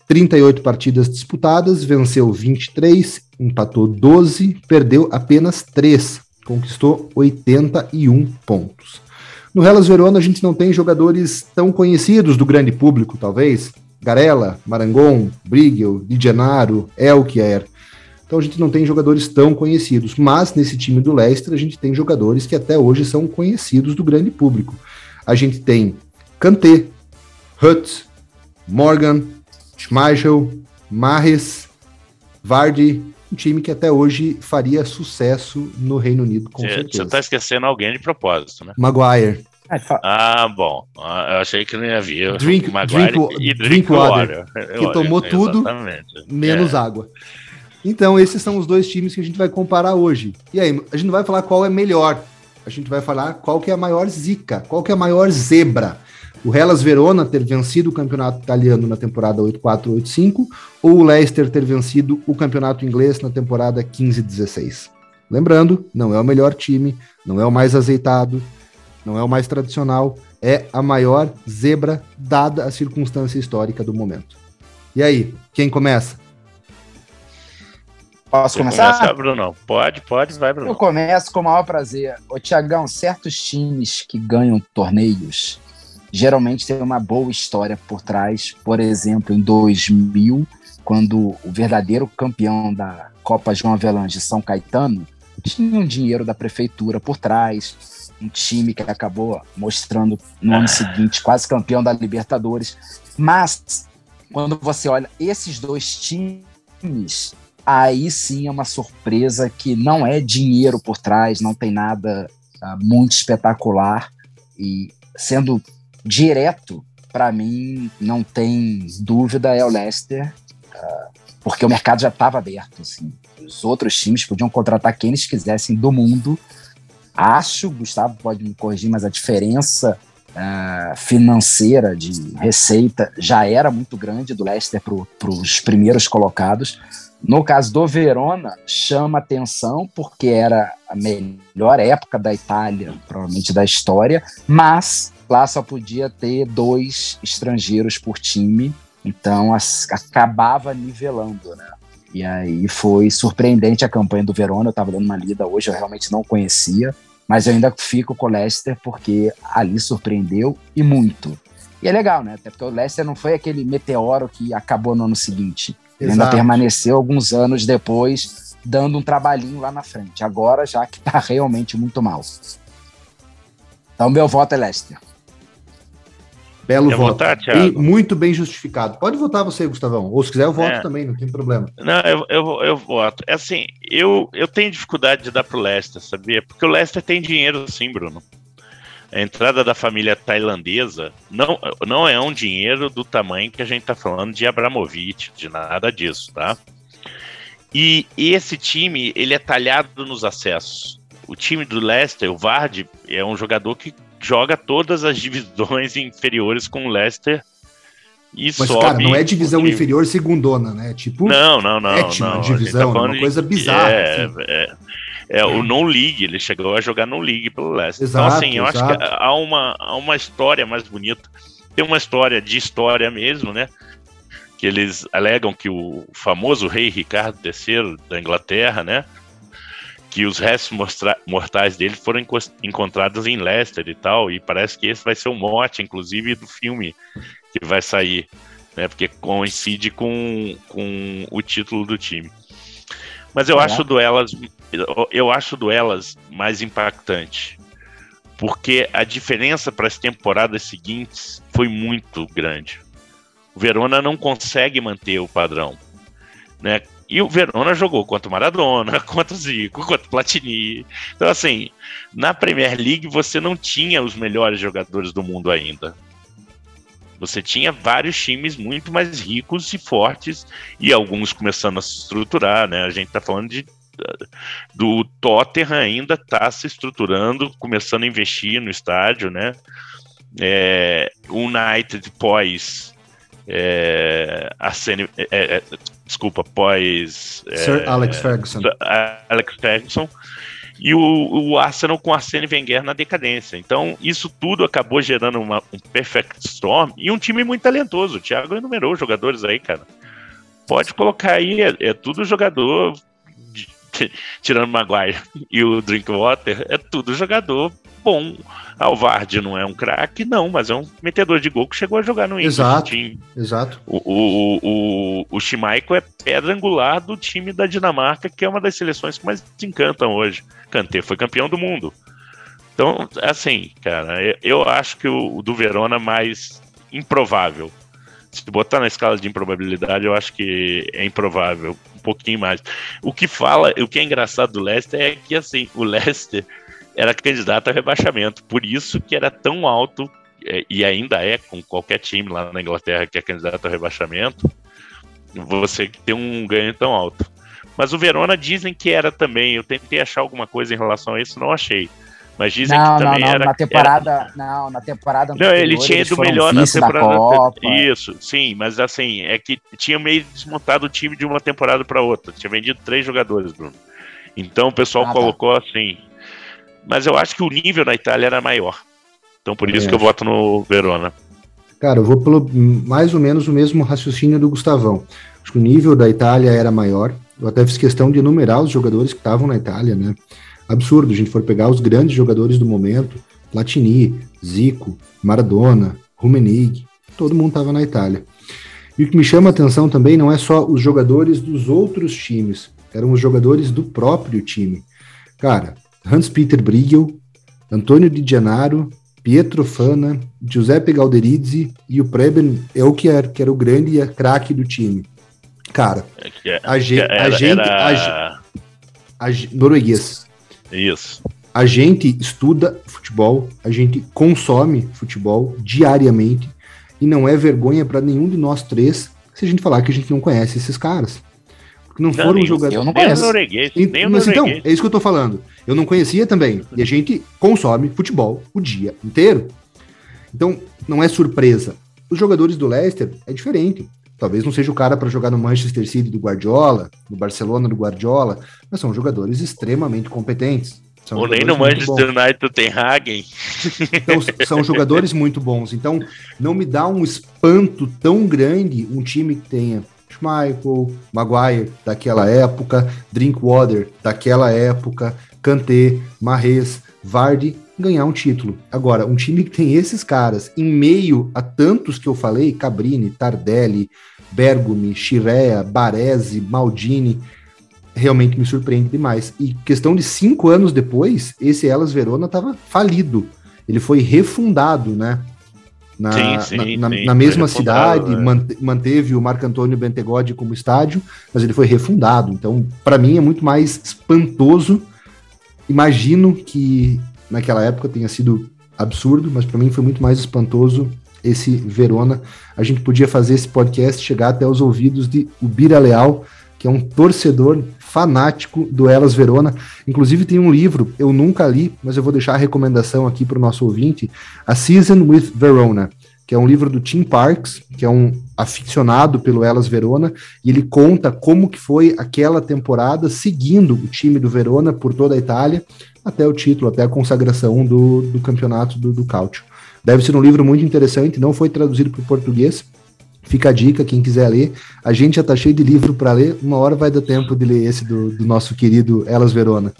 38 partidas disputadas, venceu 23, empatou 12, perdeu apenas 3, conquistou 81 pontos. No Hellas Verona a gente não tem jogadores tão conhecidos do grande público, talvez. Garella, Marangon, Brigel, Di Gennaro, Elkjær. Então a gente não tem jogadores tão conhecidos, mas nesse time do Leicester a gente tem jogadores que até hoje são conhecidos do grande público. A gente tem Kanté, Hutt, Morgan, Schmeichel, Mahrez, Vardy, um time que até hoje faria sucesso no Reino Unido, com certeza. Você está esquecendo alguém de propósito, né? Maguire. Bom. Eu achei que não ia vir. Drinkwater, que tomou tudo, menos água. Então, esses são os dois times que a gente vai comparar hoje. E aí, a gente não vai falar qual é melhor. A gente vai falar qual que é a maior zica, qual que é a maior zebra. O Hellas Verona ter vencido o campeonato italiano na temporada 84-85 ou o Leicester ter vencido o campeonato inglês na temporada 15-16. Lembrando, não é o melhor time, não é o mais azeitado, não é o mais tradicional, é a maior zebra dada a circunstância histórica do momento. E aí, quem começa? Posso começar? Bruno? Pode, vai, Bruno. Eu começo com o maior prazer. Ô, Tiagão, certos times que ganham torneios geralmente tem uma boa história por trás. Por exemplo, em 2000, quando o verdadeiro campeão da Copa João Avelange, São Caetano, tinha um dinheiro da prefeitura por trás, um time que acabou mostrando no ano seguinte quase campeão da Libertadores. Mas, quando você olha esses dois times, aí sim é uma surpresa que não é dinheiro por trás, não tem nada muito espetacular. E sendo direto, para mim, não tem dúvida, é o Leicester, porque o mercado já estava aberto. Assim. Os outros times podiam contratar quem eles quisessem do mundo. Acho, Gustavo pode me corrigir, mas a diferença financeira de receita já era muito grande do Leicester para os primeiros colocados. No caso do Verona, chama atenção porque era a melhor época da Itália, provavelmente da história, mas lá só podia ter 2 estrangeiros por time, então acabava nivelando, né? E aí foi surpreendente a campanha do Verona. Eu estava dando uma lida hoje, eu realmente não conhecia, mas eu ainda fico com o Leicester porque ali surpreendeu e muito. E é legal, né? Até porque o Leicester não foi aquele meteoro que acabou no ano seguinte. Ele ainda permaneceu alguns anos depois, dando um trabalhinho lá na frente. Agora, já que está realmente muito mal. Então, meu voto é Leicester. Belo voto. Votar, e muito bem justificado. Pode votar você, Gustavão. Ou se quiser, eu voto também, não tem problema. Não, eu voto. É assim, eu tenho dificuldade de dar pro Leicester, sabia? Porque o Leicester tem dinheiro sim, Bruno. A entrada da família tailandesa não é um dinheiro do tamanho que a gente está falando de Abramovich, de nada disso, tá? E esse time, ele é talhado nos acessos. O time do Leicester, o Vardy, é um jogador que joga todas as divisões inferiores com o Leicester e mas, sobe... Mas, cara, não é divisão inferior segundona, né? Tipo, não. Sétima divisão, tá uma coisa bizarra. O non-league, ele chegou a jogar non-league pelo Leicester. Exato, então, assim, eu acho que há uma história mais bonita. Tem uma história de história mesmo, né? Que eles alegam que o famoso rei Ricardo III da Inglaterra, né? Que os restos mortais dele foram encontrados em Leicester e tal. E parece que esse vai ser o mote, inclusive, do filme que vai sair, né? Porque coincide com o título do time. Mas eu acho o Duelas mais impactante, porque a diferença para as temporadas seguintes foi muito grande. O Verona não consegue manter o padrão, né? E o Verona jogou contra o Maradona, contra o Zico, contra o Platini. Então, assim, na Premier League você não tinha os melhores jogadores do mundo ainda. Você tinha vários times muito mais ricos e fortes, e alguns começando a se estruturar, né? A gente está falando do Tottenham ainda está se estruturando, começando a investir no estádio, né? O United pós Sir Alex Ferguson. E o Arsenal com Arsène Wenger na decadência. Então, isso tudo acabou gerando um perfect storm e um time muito talentoso. O Thiago enumerou jogadores aí, cara. pode colocar aí, é tudo jogador, tirando o Maguire e o Drinkwater, é tudo jogador bom. O Vardy não é um craque, não, mas é um metedor de gol que chegou a jogar no Team. Exato. O Schmeichel é pedra angular do time da Dinamarca, que é uma das seleções que mais te encantam hoje. Kanté foi campeão do mundo. Então, assim, cara, eu acho que o do Verona mais improvável. Se botar na escala de improbabilidade, eu acho que é improvável, um pouquinho mais. O que é engraçado do Leicester é que, assim, o Leicester era candidato a rebaixamento, por isso que era tão alto, e ainda é com qualquer time lá na Inglaterra que é candidato a rebaixamento, você tem um ganho tão alto. Mas o Verona dizem que era também, eu tentei achar alguma coisa em relação a isso, não achei. Mas dizem que também era... Na temporada anterior, ele tinha ido melhor na temporada. Isso, sim, mas assim, é que tinha meio desmontado o time de uma temporada para outra. Tinha vendido 3 jogadores, Bruno. Então o pessoal colocou assim. Mas eu acho que o nível na Itália era maior. Então por isso que eu voto no Verona. Cara, eu vou pelo mais ou menos o mesmo raciocínio do Gustavão. Acho que o nível da Itália era maior. Eu até fiz questão de enumerar os jogadores que estavam na Itália, né? Absurdo, a gente for pegar os grandes jogadores do momento, Platini, Zico, Maradona, Rummenigge, todo mundo estava na Itália. E o que me chama a atenção também não é só os jogadores dos outros times, eram os jogadores do próprio time. Cara, Hans-Peter Briegel, Antonio Di Gennaro, Pietro Fana, Giuseppe Galderizzi e o Preben Elkjær, que era o grande craque do time. Cara, norueguês. Isso. A gente estuda futebol, a gente consome futebol diariamente e não é vergonha para nenhum de nós três se a gente falar que a gente não conhece esses caras. Porque não foram jogadores. Eu não conheço. Mas então, é isso que eu tô falando. Eu não conhecia também. E a gente consome futebol o dia inteiro. Então, não é surpresa. Os jogadores do Leicester é diferente. Talvez não seja o cara para jogar no Manchester City do Guardiola, no Barcelona do Guardiola, mas são jogadores extremamente competentes. Ou nem no Manchester United tem Hagen. Então, são jogadores muito bons. Então, não me dá um espanto tão grande um time que tenha Schmeichel, Maguire daquela época, Drinkwater daquela época, Kanté, Mahrez, Vardy, ganhar um título. Agora, um time que tem esses caras, em meio a tantos que eu falei, Cabrini, Tardelli, Bergomi, Chirea, Baresi, Maldini, realmente me surpreende demais. E questão de 5 anos depois, esse Hellas Verona estava falido. Ele foi refundado, né? Na mesma cidade, manteve o Marco Antônio Bentegodi como estádio, mas ele foi refundado. Então, para mim, é muito mais espantoso. Imagino que naquela época tenha sido absurdo, mas para mim foi muito mais espantoso esse Verona. A gente podia fazer esse podcast chegar até os ouvidos de Ubira Leal, que é um torcedor fanático do Hellas Verona. Inclusive tem um livro, eu nunca li, mas eu vou deixar a recomendação aqui para o nosso ouvinte, A Season with Verona, que é um livro do Tim Parks, que é um aficionado pelo Hellas Verona, e ele conta como que foi aquela temporada seguindo o time do Verona por toda a Itália, até o título, até a consagração do campeonato do Calcio. Deve ser um livro muito interessante, não foi traduzido para o português. Fica a dica, quem quiser ler. A gente já está cheio de livro para ler, uma hora vai dar tempo de ler esse do nosso querido Hellas Verona.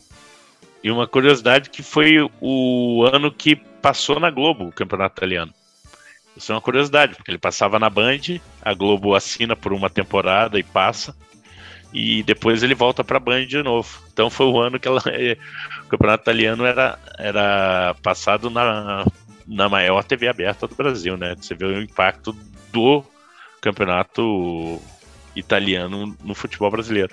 E uma curiosidade que foi o ano que passou na Globo o campeonato italiano. Isso é uma curiosidade, porque ele passava na Band, a Globo assina por uma temporada e passa, e depois ele volta para a Band de novo. Então foi o ano que o campeonato italiano era passado na maior TV aberta do Brasil, né? Você vê o impacto do campeonato italiano no futebol brasileiro,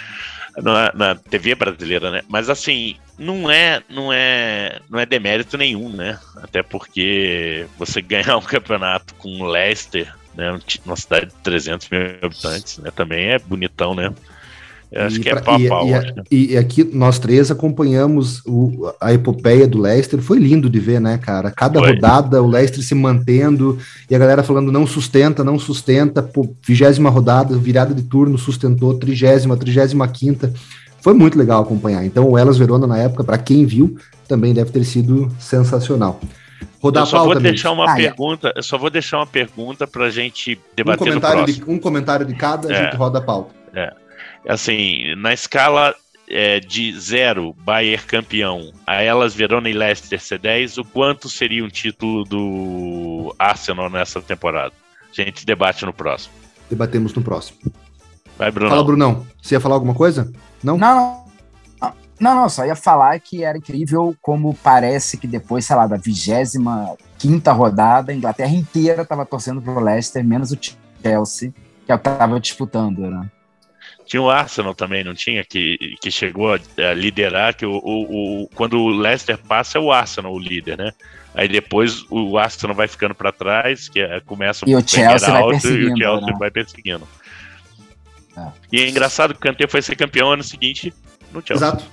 na TV brasileira, né? Mas assim, não é demérito nenhum, né? Até porque você ganhar um campeonato com o Leicester, né? Uma cidade de 300 mil habitantes, né? Também é bonitão, né? Eu acho que é pau a pau. E aqui nós três acompanhamos a epopeia do Leicester, foi lindo de ver, né, cara? Cada rodada o Leicester se mantendo e a galera falando não sustenta, pô, 20ª rodada, virada de turno, sustentou, 30ª, 35ª, foi muito legal acompanhar. Então o Hellas Verona na época, para quem viu, também deve ter sido sensacional. Rodar eu só a pauta, vou deixar amigos. uma pergunta. Eu só vou deixar uma pergunta pra gente debater no próximo. Um comentário de cada, a gente roda a pauta. Assim, na escala de 0, Bayern campeão, a Hellas Verona e Leicester C10, o quanto seria um título do Arsenal nessa temporada? A gente debate no próximo. Debatemos no próximo. Vai, Brunão. Fala, Brunão. Você ia falar alguma coisa? Não? Não, só ia falar que era incrível como parece que depois, sei lá, da 25ª rodada, a Inglaterra inteira estava torcendo pro Leicester, menos o Chelsea, que é o que estava disputando, né? Tinha o Arsenal também, não tinha? Que chegou a liderar, que quando o Leicester passa é o Arsenal o líder, né? Aí depois o Arsenal vai ficando para trás, que começa e o Chelsea vai perseguindo, e o Chelsea vai perseguindo. E é engraçado que o Kanté foi ser campeão ano seguinte no Chelsea. Exato.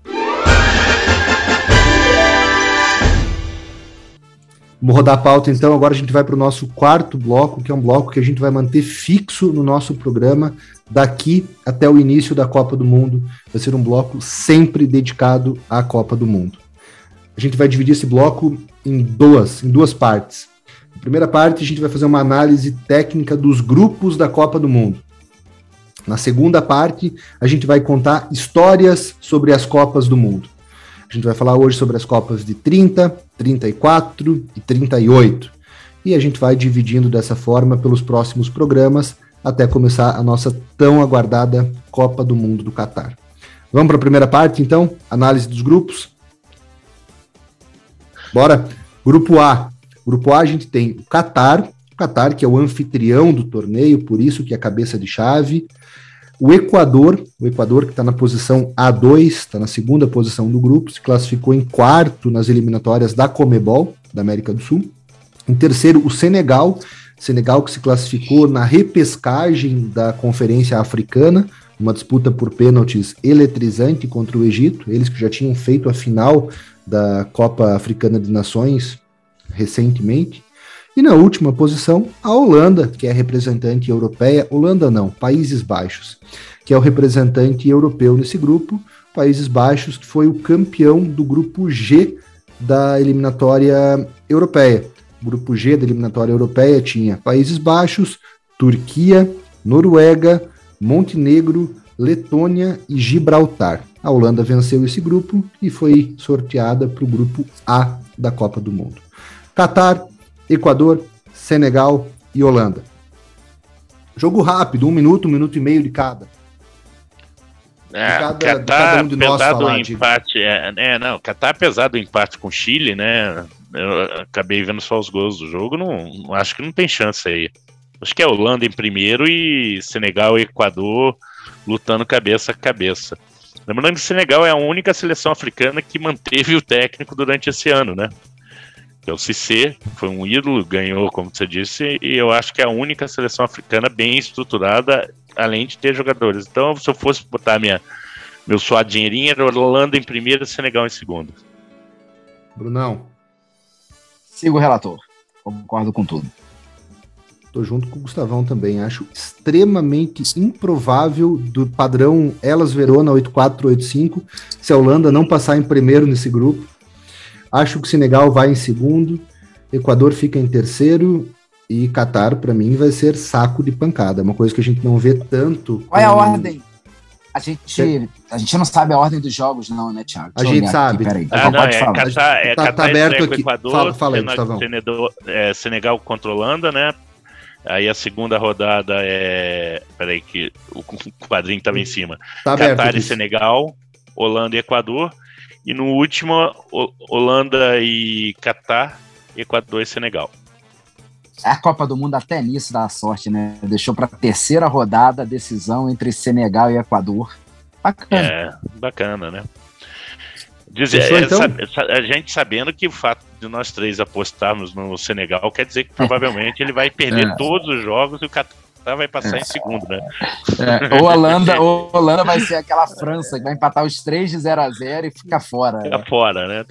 Vamos rodar a pauta, então. Agora a gente vai para o nosso quarto bloco, que é um bloco que a gente vai manter fixo no nosso programa daqui até o início da Copa do Mundo. Vai ser um bloco sempre dedicado à Copa do Mundo. A gente vai dividir esse bloco em duas partes. Na primeira parte, a gente vai fazer uma análise técnica dos grupos da Copa do Mundo. Na segunda parte, a gente vai contar histórias sobre as Copas do Mundo. A gente vai falar hoje sobre as Copas de 30, 34 e 38. E a gente vai dividindo dessa forma pelos próximos programas até começar a nossa tão aguardada Copa do Mundo do Catar. Vamos para a primeira parte, então? Análise dos grupos. Bora? Grupo A. Grupo A a gente tem o Catar, que é o anfitrião do torneio, por isso que é cabeça de chave. O Equador que está na posição A2, está na segunda posição do grupo, se classificou em quarto nas eliminatórias da Conmebol, da América do Sul. Em terceiro, o Senegal que se classificou na repescagem da Conferência Africana, uma disputa por pênaltis eletrizante contra o Egito, eles que já tinham feito a final da Copa Africana de Nações recentemente. E na última posição, a Holanda, que é a representante europeia, Países Baixos, que é o representante europeu nesse grupo, Países Baixos, que foi o campeão do grupo G da eliminatória europeia. O grupo G da eliminatória europeia tinha Países Baixos, Turquia, Noruega, Montenegro, Letônia e Gibraltar. A Holanda venceu esse grupo e foi sorteada para o grupo A da Copa do Mundo. Catar, Equador, Senegal e Holanda. Jogo rápido, 1 minuto, 1 minuto e meio de cada. Catar, apesar do empate, Catar, apesar do empate com o Chile, né? Eu acabei vendo só os gols do jogo, não acho que não tem chance aí. Acho que é Holanda em primeiro e Senegal e Equador lutando cabeça a cabeça. Lembrando que o Senegal é a única seleção africana que manteve o técnico durante esse ano, né? Que é o Cissé, foi um ídolo, ganhou, como você disse, e eu acho que é a única seleção africana bem estruturada, além de ter jogadores. Então, se eu fosse botar meu suado dinheirinho, era Holanda em primeiro e Senegal em segundo. Brunão. Sigo o relator, concordo com tudo. Tô junto com o Gustavão também, acho extremamente improvável do padrão Hellas Verona 8-4-8-5, se a Holanda não passar em primeiro nesse grupo. Acho que o Senegal vai em segundo, Equador fica em terceiro e Catar, para mim, vai ser saco de pancada. Uma coisa que a gente não vê tanto. Qual é a ordem? A gente não sabe a ordem dos jogos, não, né, Thiago? A gente sabe. Peraí. Catar tá aberto aqui. Equador, fala aí, Gustavão. Senegal contra a Holanda, né? Aí a segunda rodada é... Peraí que o quadrinho estava em cima. Tá Catar e Senegal, Holanda e Equador. E no último, Holanda e Catar, Equador e Senegal. A Copa do Mundo até nisso dá sorte, né? Deixou para a terceira rodada a decisão entre Senegal e Equador. Bacana. Bacana, né? Então? A gente sabendo que o fato de nós três apostarmos no Senegal quer dizer que provavelmente ele vai perder todos os jogos e o Catar vai passar em segundo, né? Ou a Holanda vai ser aquela França que vai empatar os 3 de 0-0 e fica fora. Fica fora, né?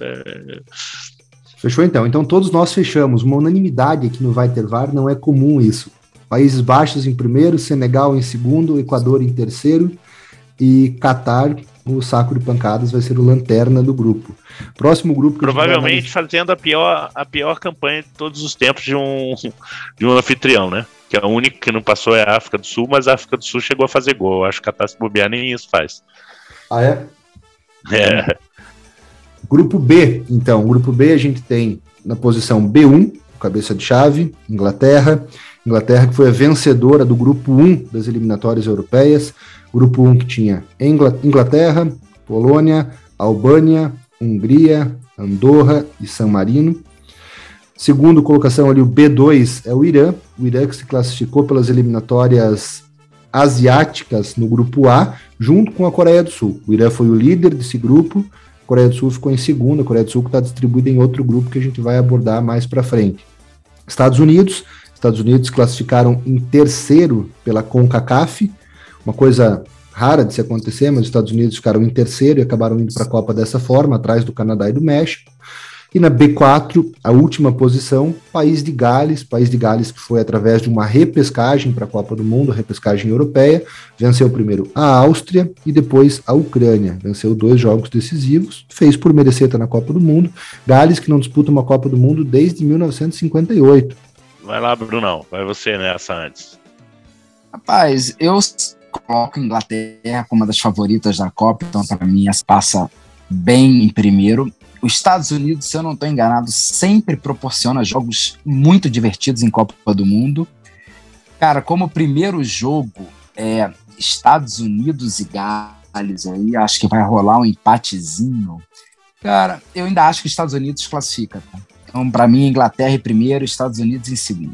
Fechou então? Então todos nós fechamos. Uma unanimidade aqui no Vai Ter VAR, não é comum isso. Países Baixos em primeiro, Senegal em segundo, Equador em terceiro e Catar o saco de pancadas vai ser o lanterna do grupo. Próximo grupo que provavelmente fazendo a pior campanha de todos os tempos de um anfitrião, né? Que a única que não passou é a África do Sul, mas a África do Sul chegou a fazer gol. Eu acho que a Taça Bobear nem isso faz. Ah, é? É. Grupo B, então. Grupo B a gente tem na posição B1, cabeça de chave, Inglaterra. Inglaterra que foi a vencedora do grupo 1 das eliminatórias europeias. Grupo 1 que tinha Inglaterra, Polônia, Albânia, Hungria, Andorra e San Marino. Segundo colocação ali, o B2 é o Irã que se classificou pelas eliminatórias asiáticas no grupo A, junto com a Coreia do Sul. O Irã foi o líder desse grupo, a Coreia do Sul ficou em segundo, a Coreia do Sul que está distribuída em outro grupo que a gente vai abordar mais para frente. Estados Unidos se classificaram em terceiro pela CONCACAF, uma coisa rara de se acontecer, mas os Estados Unidos ficaram em terceiro e acabaram indo para a Copa dessa forma, atrás do Canadá e do México. E na B4, a última posição, País de Gales que foi através de uma repescagem para a Copa do Mundo, a repescagem europeia, venceu primeiro a Áustria e depois a Ucrânia, venceu 2 jogos decisivos, fez por merecer estar na Copa do Mundo. Gales que não disputa uma Copa do Mundo desde 1958. Vai lá, Brunão, vai você nessa antes. Rapaz, eu coloco a Inglaterra como uma das favoritas da Copa, então para mim essa passa bem em primeiro. Os Estados Unidos, se eu não estou enganado, sempre proporciona jogos muito divertidos em Copa do Mundo. Cara, como primeiro jogo é Estados Unidos e Gales, aí acho que vai rolar um empatezinho. Cara, eu ainda acho que os Estados Unidos classifica. Tá? Então, para mim, Inglaterra em primeiro, Estados Unidos em segundo.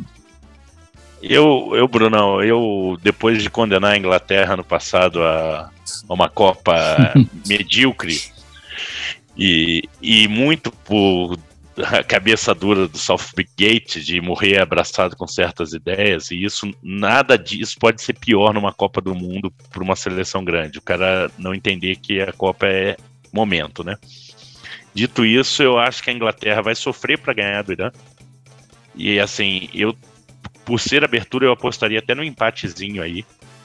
Brunão, depois de condenar a Inglaterra no passado a uma Copa medíocre, e muito por a cabeça dura do Southgate de morrer abraçado com certas ideias, e nada disso pode ser pior numa Copa do Mundo para uma seleção grande, o cara não entender que a Copa é momento, né? Dito isso, eu acho que a Inglaterra vai sofrer para ganhar do Irã, e assim, por ser abertura, eu apostaria até no empatezinho aí,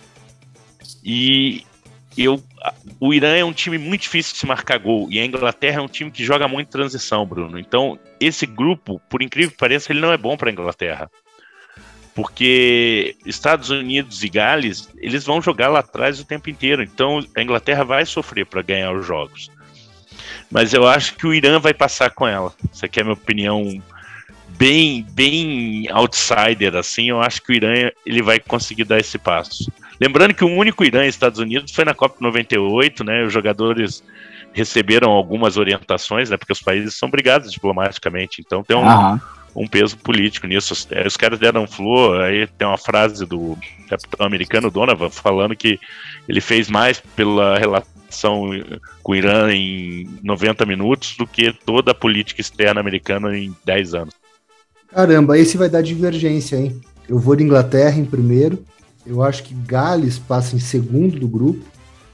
e o Irã é um time muito difícil de se marcar gol, e a Inglaterra é um time que joga muito transição, Bruno. Então, esse grupo, por incrível que pareça, ele não é bom para a Inglaterra. Porque Estados Unidos e Gales, eles vão jogar lá atrás o tempo inteiro. Então, a Inglaterra vai sofrer para ganhar os jogos. Mas eu acho que o Irã vai passar com ela. Essa aqui é a minha opinião bem outsider, assim. Eu acho que o Irã ele vai conseguir dar esse passo. Lembrando que o único Irã e Estados Unidos foi na Copa 98, né? Os jogadores receberam algumas orientações, né? Porque os países são brigados diplomaticamente, então tem um peso político nisso. Os caras deram flor, aí tem uma frase do capitão americano Donovan falando que ele fez mais pela relação com o Irã em 90 minutos do que toda a política externa americana em 10 anos. Caramba, esse vai dar divergência, hein? Eu vou de Inglaterra em primeiro. Eu acho que Gales passa em segundo do grupo,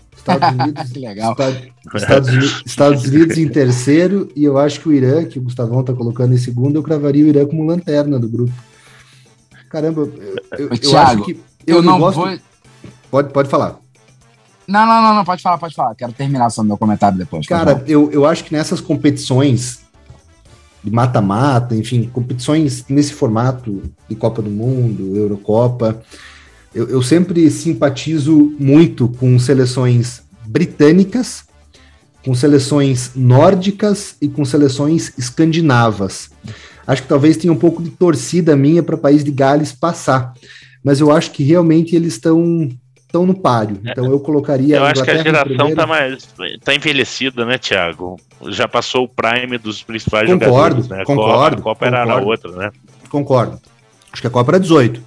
Estados Unidos em terceiro, e eu acho que o Irã, que o Gustavão tá colocando em segundo, eu cravaria o Irã como lanterna do grupo. Caramba, eu Thiago, acho que eu não gosto... Pode falar. Não, pode falar. Quero terminar só meu comentário depois. Cara, eu acho que nessas competições de mata-mata, enfim, competições nesse formato de Copa do Mundo, Eurocopa, eu sempre simpatizo muito com seleções britânicas, com seleções nórdicas e com seleções escandinavas. Acho que talvez tenha um pouco de torcida minha para o País de Gales passar, mas eu acho que realmente eles estão no páreo. Então eu colocaria eu acho que a geração tá envelhecida, né, Thiago? Já passou o prime dos principais jogadores, né? Concordo. A Copa era na outra, né? Concordo. Acho que a Copa era 18.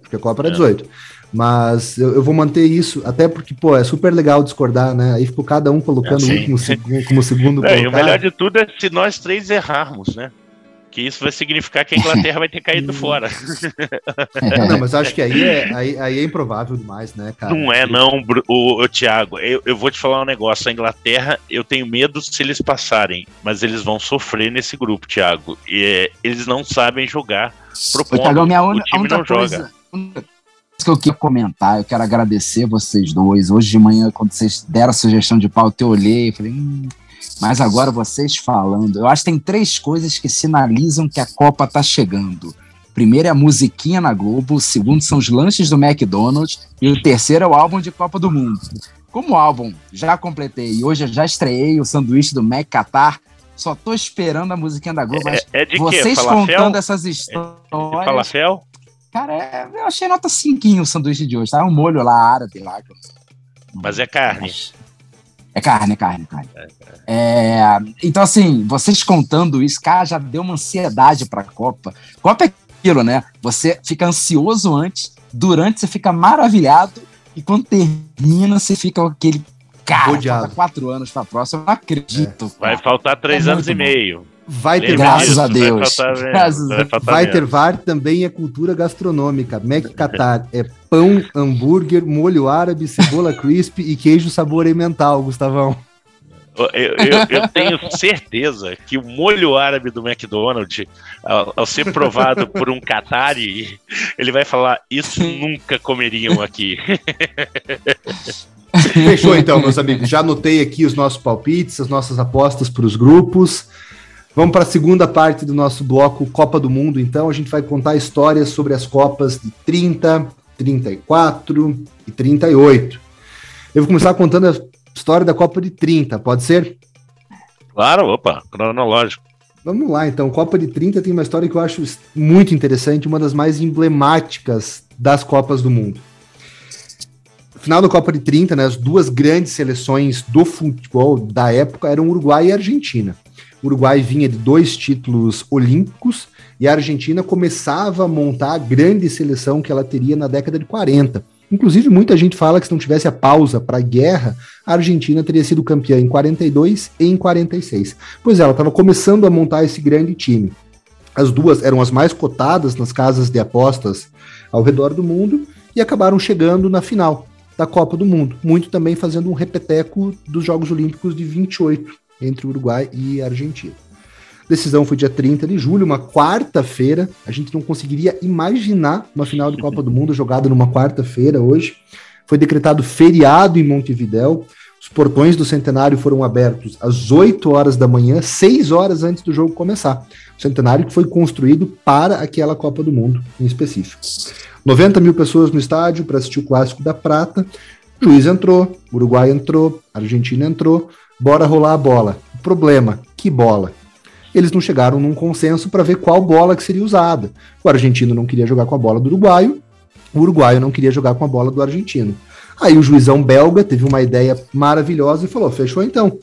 Mas eu vou manter isso, até porque, é super legal discordar, né? Aí ficou cada um colocando um como segundo colocado. E o melhor de tudo é se nós três errarmos, né? Que isso vai significar que a Inglaterra vai ter caído fora. Não, mas acho que aí é improvável demais, né, cara? Não é, não, Thiago. Eu vou te falar um negócio. A Inglaterra, eu tenho medo se eles passarem, mas eles vão sofrer nesse grupo, Thiago. E eles não sabem jogar propondo. Thiago, o time não joga. Que que eu queria comentar. Eu quero agradecer vocês dois. Hoje de manhã, quando vocês deram a sugestão de pauta, eu olhei e falei, mas agora vocês falando. Eu acho que tem 3 coisas que sinalizam que a Copa tá chegando. Primeiro é a musiquinha na Globo, o segundo são os lanches do McDonald's e o terceiro é o álbum de Copa do Mundo. Como álbum, já completei. Hoje eu já estreiei o sanduíche do Mac Qatar. Só tô esperando a musiquinha da Globo. É de vocês quê? contando essas histórias. De falafel? Cara, eu achei nota 5 o sanduíche de hoje. Tá um molho lá árabe lá. Mas é carne. É carne. Então, assim, vocês contando isso, cara, já deu uma ansiedade pra Copa. Copa é aquilo, né? Você fica ansioso antes, durante você fica maravilhado, e quando termina, você fica com aquele. Cara, falta 4 anos pra próxima, eu não acredito. Vai faltar 3 anos e meio. Vai ter Graças a Deus. Vai ter VAR, também é cultura gastronômica. Mac Qatar é pão, hambúrguer, molho árabe, cebola crisp e queijo sabor emmental, Gustavão. Eu tenho certeza que o molho árabe do McDonald's, ao ser provado por um qatari, ele vai falar, isso nunca comeriam aqui. Fechou então, meus amigos. Já anotei aqui os nossos palpites, as nossas apostas para os grupos. Vamos para a segunda parte do nosso bloco Copa do Mundo, então. A gente vai contar histórias sobre as Copas de 30, 34 e 38. Eu vou começar contando a história da Copa de 30, pode ser? Claro, opa, cronológico. Vamos lá, então. Copa de 30 tem uma história que eu acho muito interessante, uma das mais emblemáticas das Copas do Mundo. Final da Copa de 30, né, as 2 grandes seleções do futebol da época eram Uruguai e Argentina. O Uruguai vinha de 2 títulos olímpicos e a Argentina começava a montar a grande seleção que ela teria na década de 40. Inclusive, muita gente fala que se não tivesse a pausa para a guerra, a Argentina teria sido campeã em 42 e em 46. Pois é, ela estava começando a montar esse grande time. As 2 eram as mais cotadas nas casas de apostas ao redor do mundo e acabaram chegando na final da Copa do Mundo, muito também fazendo um repeteco dos Jogos Olímpicos de 28, entre Uruguai e Argentina. A decisão foi dia 30 de julho, uma quarta-feira. A gente não conseguiria imaginar uma final de Copa do Mundo jogada numa quarta-feira hoje. Foi decretado feriado em Montevidéu. Os portões do Centenário foram abertos às 8 horas da manhã, 6 horas antes do jogo começar. O Centenário que foi construído para aquela Copa do Mundo em específico. 90 mil pessoas no estádio para assistir o Clássico da Prata. O juiz entrou, o Uruguai entrou, a Argentina entrou. Bora rolar a bola. O problema, que bola? Eles não chegaram num consenso para ver qual bola que seria usada. O argentino não queria jogar com a bola do uruguaio, o uruguaio não queria jogar com a bola do argentino. Aí o juizão belga teve uma ideia maravilhosa e falou, fechou então,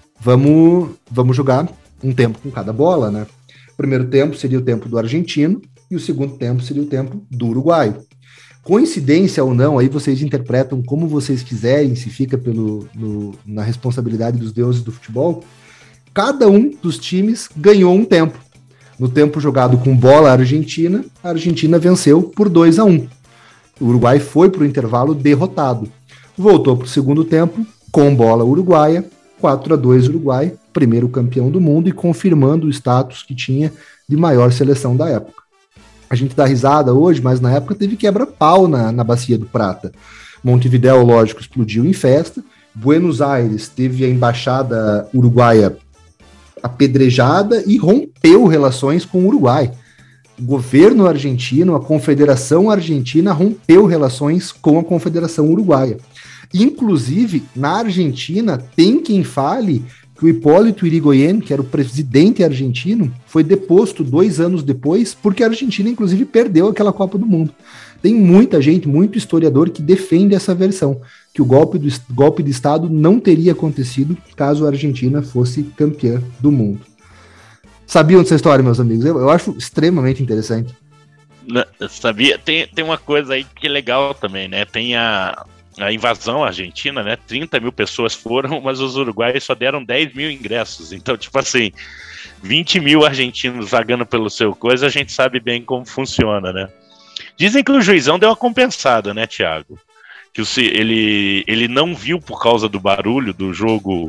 vamos jogar um tempo com cada bola, né? O primeiro tempo seria o tempo do argentino e o segundo tempo seria o tempo do uruguaio. Coincidência ou não, aí vocês interpretam como vocês quiserem, se fica na responsabilidade dos deuses do futebol, cada um dos times ganhou um tempo. No tempo jogado com bola argentina, a Argentina venceu por 2-1. O Uruguai foi para o intervalo derrotado. Voltou para o segundo tempo com bola uruguaia, 4-2 Uruguai, primeiro campeão do mundo e confirmando o status que tinha de maior seleção da época. A gente dá risada hoje, mas na época teve quebra-pau na Bacia do Prata. Montevidéu, lógico, explodiu em festa. Buenos Aires teve a embaixada uruguaia apedrejada e rompeu relações com o Uruguai. O governo argentino, a Confederação Argentina, rompeu relações com a Confederação Uruguaia. Inclusive, na Argentina, tem quem fale que o Hipólito Yrigoyen, que era o presidente argentino, foi deposto 2 anos depois, porque a Argentina, inclusive, perdeu aquela Copa do Mundo. Tem muita gente, muito historiador, que defende essa versão, que o golpe de Estado não teria acontecido caso a Argentina fosse campeã do mundo. Sabiam dessa história, meus amigos? Eu acho extremamente interessante. Sabia? Tem uma coisa aí que é legal também, né? Tem a invasão argentina, né? 30 mil pessoas foram, mas os uruguaios só deram 10 mil ingressos. Então, tipo assim, 20 mil argentinos vagando pelo seu coisa, a gente sabe bem como funciona, né? Dizem que o juizão deu uma compensada, né, Thiago? Que ele não viu por causa do barulho do jogo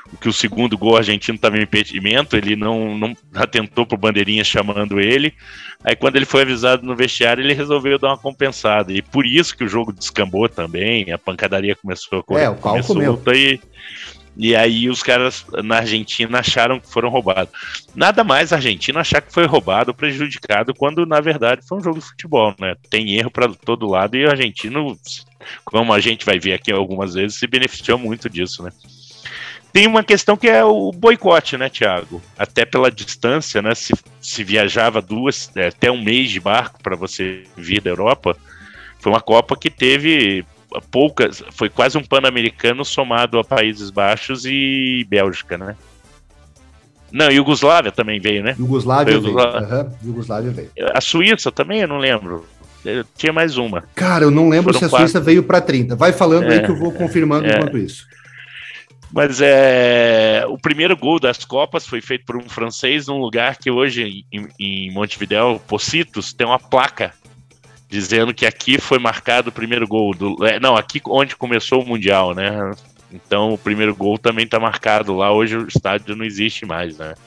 que o segundo gol argentino estava em impedimento, ele não atentou pro bandeirinha chamando ele. Aí quando ele foi avisado no vestiário, ele resolveu dar uma compensada. E por isso que o jogo descambou também, a pancadaria começou a correr. O pau comeu. E aí os caras na Argentina acharam que foram roubados. Nada mais a Argentina achar que foi roubado ou prejudicado, quando na verdade foi um jogo de futebol, né? Tem erro para todo lado e o argentino, como a gente vai ver aqui algumas vezes, se beneficiou muito disso, né? Tem uma questão que é o boicote, né, Thiago? Até pela distância, né? Se viajava até um mês de barco para você vir da Europa, foi uma Copa que teve poucas, foi quase um Pan-Americano somado a Países Baixos e Bélgica, né? Não, Iugoslávia também veio, né? Iugoslávia veio. A Suíça também, eu não lembro. Eu tinha mais uma. Cara, eu não lembro se a Suíça veio para 30. Vai falando aí que eu vou confirmando enquanto isso. Mas o primeiro gol das Copas foi feito por um francês num lugar que hoje, em Montevidéu, Pocitos, tem uma placa dizendo que aqui foi marcado o primeiro gol. Aqui onde começou o Mundial, né? Então o primeiro gol também está marcado lá. Hoje o estádio não existe mais, né?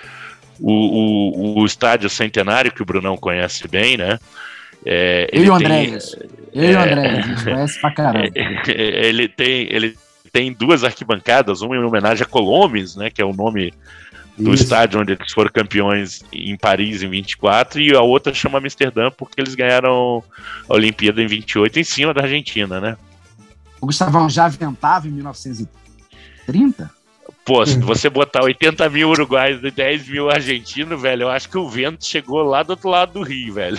O estádio Centenário, que o Brunão conhece bem, né? Eu e o Andrés, a gente conhece pra caramba. Ele tem duas arquibancadas, uma em homenagem a Colomes, né? Que é o nome do estádio onde eles foram campeões em Paris em 24, e a outra chama Amsterdã porque eles ganharam a Olimpíada em 28 em cima da Argentina, né? O Gustavão já aventava em 1930? Pô, se você botar 80 mil uruguaios e 10 mil argentinos, velho, eu acho que o vento chegou lá do outro lado do Rio, velho.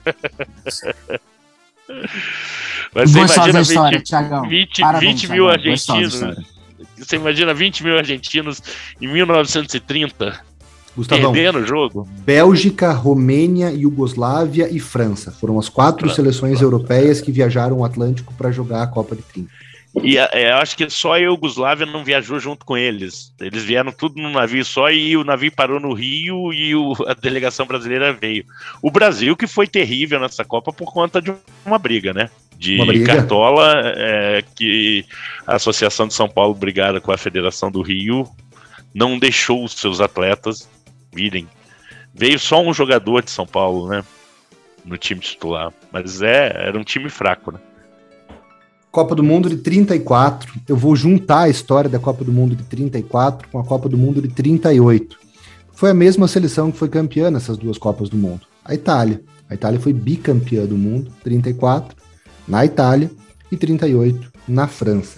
Mas você imagina história, 20 mil argentinos. Você imagina 20 mil argentinos em 1930 Gustavão, perdendo o jogo? Bélgica, Romênia, Iugoslávia e França. Foram as 4 seleções europeias que viajaram o Atlântico para jogar a Copa de 30. E eu acho que só a Iugoslávia não viajou junto com eles. Eles vieram tudo num navio só e o navio parou no Rio e a delegação brasileira veio. O Brasil que foi terrível nessa Copa por conta de uma briga, né? Cartola, que a Associação de São Paulo, brigada com a Federação do Rio, não deixou os seus atletas virem. Veio só um jogador de São Paulo, né? No time titular. Mas era um time fraco, né? Copa do Mundo de 34, eu vou juntar a história da Copa do Mundo de 34 com a Copa do Mundo de 38. Foi a mesma seleção que foi campeã nessas duas Copas do Mundo, a Itália. A Itália foi bicampeã do mundo, 34, na Itália, e 38, na França.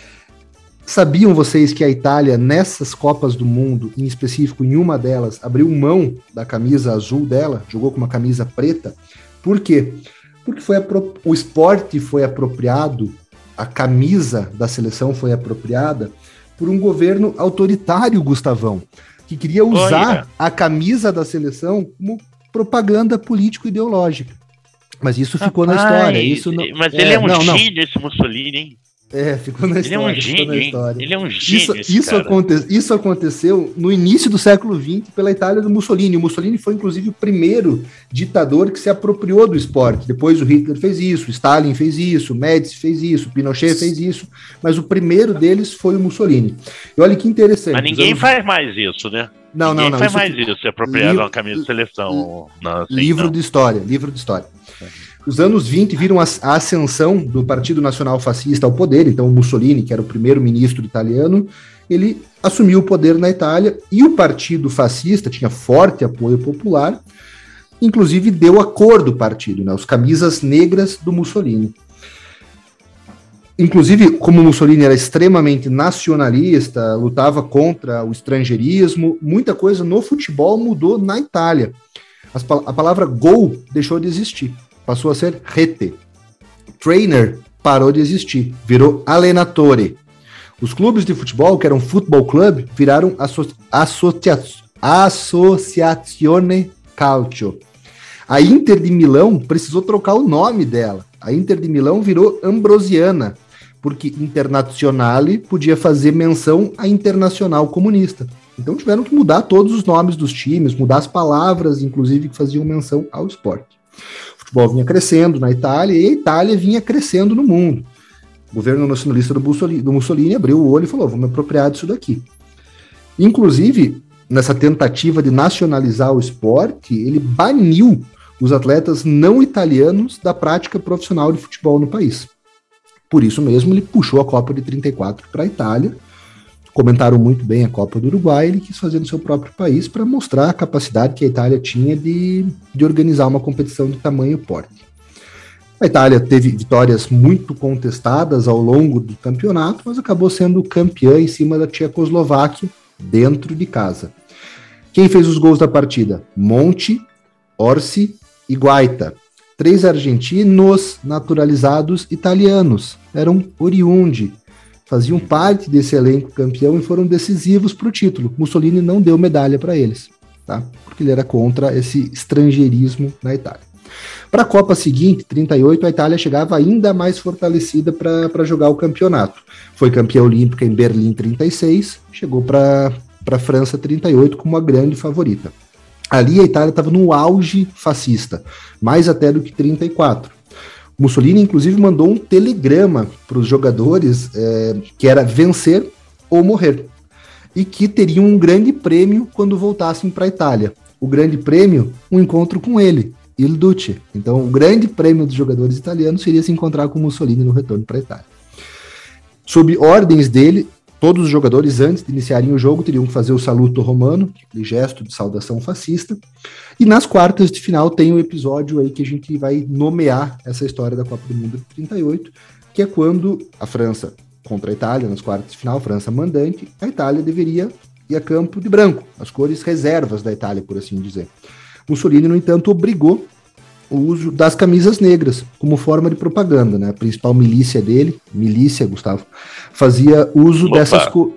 Sabiam vocês que a Itália, nessas Copas do Mundo, em específico em uma delas, abriu mão da camisa azul dela, jogou com uma camisa preta? Por quê? Porque o esporte foi apropriado, a camisa da seleção foi apropriada por um governo autoritário, Gustavão, que queria usar a camisa da seleção como propaganda político-ideológica. Mas isso ficou na história. Mas ele é um gênio, esse Mussolini, hein? Ficou na história. Ele é um gênio. Isso aconteceu no início do século XX pela Itália do Mussolini. O Mussolini foi, inclusive, o primeiro ditador que se apropriou do esporte. Depois o Hitler fez isso, o Stalin fez isso, o Médici fez isso, o Pinochet fez isso, mas o primeiro deles foi o Mussolini. E olha que interessante. Mas ninguém faz mais isso, né? Ninguém faz mais isso, se apropriar de uma camisa de seleção. Livro de história. Os anos 20 viram a ascensão do Partido Nacional Fascista ao poder, então o Mussolini, que era o primeiro-ministro italiano, ele assumiu o poder na Itália, e o Partido Fascista tinha forte apoio popular, inclusive deu a cor do partido, né, os camisas negras do Mussolini. Inclusive, como o Mussolini era extremamente nacionalista, lutava contra o estrangeirismo, muita coisa no futebol mudou na Itália. A palavra gol deixou de existir. Passou a ser rete. Trainer parou de existir, virou allenatore. Os clubes de futebol, que eram futebol club, viraram Associazione Calcio. A Inter de Milão precisou trocar o nome dela. A Inter de Milão virou Ambrosiana, porque Internazionale podia fazer menção à Internacional Comunista. Então tiveram que mudar todos os nomes dos times, mudar as palavras, inclusive, que faziam menção ao esporte. O futebol vinha crescendo na Itália e a Itália vinha crescendo no mundo. O governo nacionalista do Mussolini abriu o olho e falou: vamos me apropriar disso daqui. Inclusive, nessa tentativa de nacionalizar o esporte, ele baniu os atletas não italianos da prática profissional de futebol no país. Por isso mesmo, ele puxou a Copa de 34 para a Itália. Comentaram muito bem a Copa do Uruguai, ele quis fazer no seu próprio país para mostrar a capacidade que a Itália tinha de organizar uma competição de tamanho e porte. A Itália teve vitórias muito contestadas ao longo do campeonato, mas acabou sendo campeã em cima da Tchecoslováquia, dentro de casa. Quem fez os gols da partida? Monti, Orsi e Guaita. 3 argentinos naturalizados italianos. Eram oriundi. Faziam parte desse elenco campeão e foram decisivos para o título. Mussolini não deu medalha para eles, tá? Porque ele era contra esse estrangeirismo na Itália. Para a Copa seguinte, 38, a Itália chegava ainda mais fortalecida para jogar o campeonato. Foi campeã olímpica em Berlim 36, chegou para a França 38 como a grande favorita. Ali a Itália estava no auge fascista, mais até do que 34. Mussolini, inclusive, mandou um telegrama para os jogadores que era vencer ou morrer, e que teriam um grande prêmio quando voltassem para a Itália. O grande prêmio, um encontro com ele, Il Duce. Então, o grande prêmio dos jogadores italianos seria se encontrar com Mussolini no retorno para a Itália. Sob ordens dele, todos os jogadores, antes de iniciarem o jogo, teriam que fazer o saluto romano, aquele gesto de saudação fascista. E nas quartas de final tem um episódio aí que a gente vai nomear essa história da Copa do Mundo de 38, que é quando a França contra a Itália, nas quartas de final, França mandante, a Itália deveria ir a campo de branco, as cores reservas da Itália, por assim dizer. Mussolini, no entanto, obrigou o uso das camisas negras como forma de propaganda, né? A principal milícia dele, Gustavo, fazia uso dessas cores.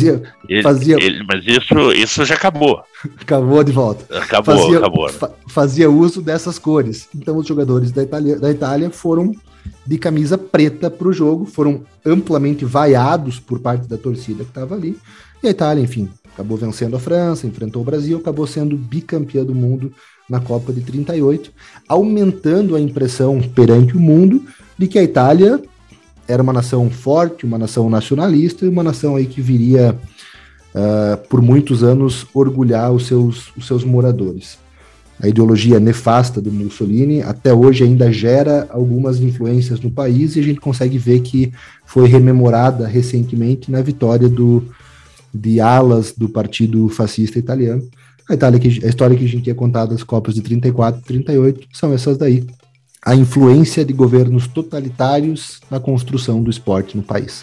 Mas isso já acabou. Acabou de volta. Acabou. Fazia uso dessas cores. Então os jogadores da Itália foram de camisa preta para o jogo, foram amplamente vaiados por parte da torcida que estava ali. E a Itália, enfim, acabou vencendo a França, enfrentou o Brasil, acabou sendo bicampeã do mundo na Copa de 38, aumentando a impressão perante o mundo de que a Itália era uma nação forte, uma nação nacionalista e uma nação aí que viria por muitos anos orgulhar os seus moradores. A ideologia nefasta do Mussolini até hoje ainda gera algumas influências no país e a gente consegue ver que foi rememorada recentemente na vitória de alas do partido fascista italiano. A história que a gente tinha contado das Copas de 34 e 38 são essas daí. A influência de governos totalitários na construção do esporte no país.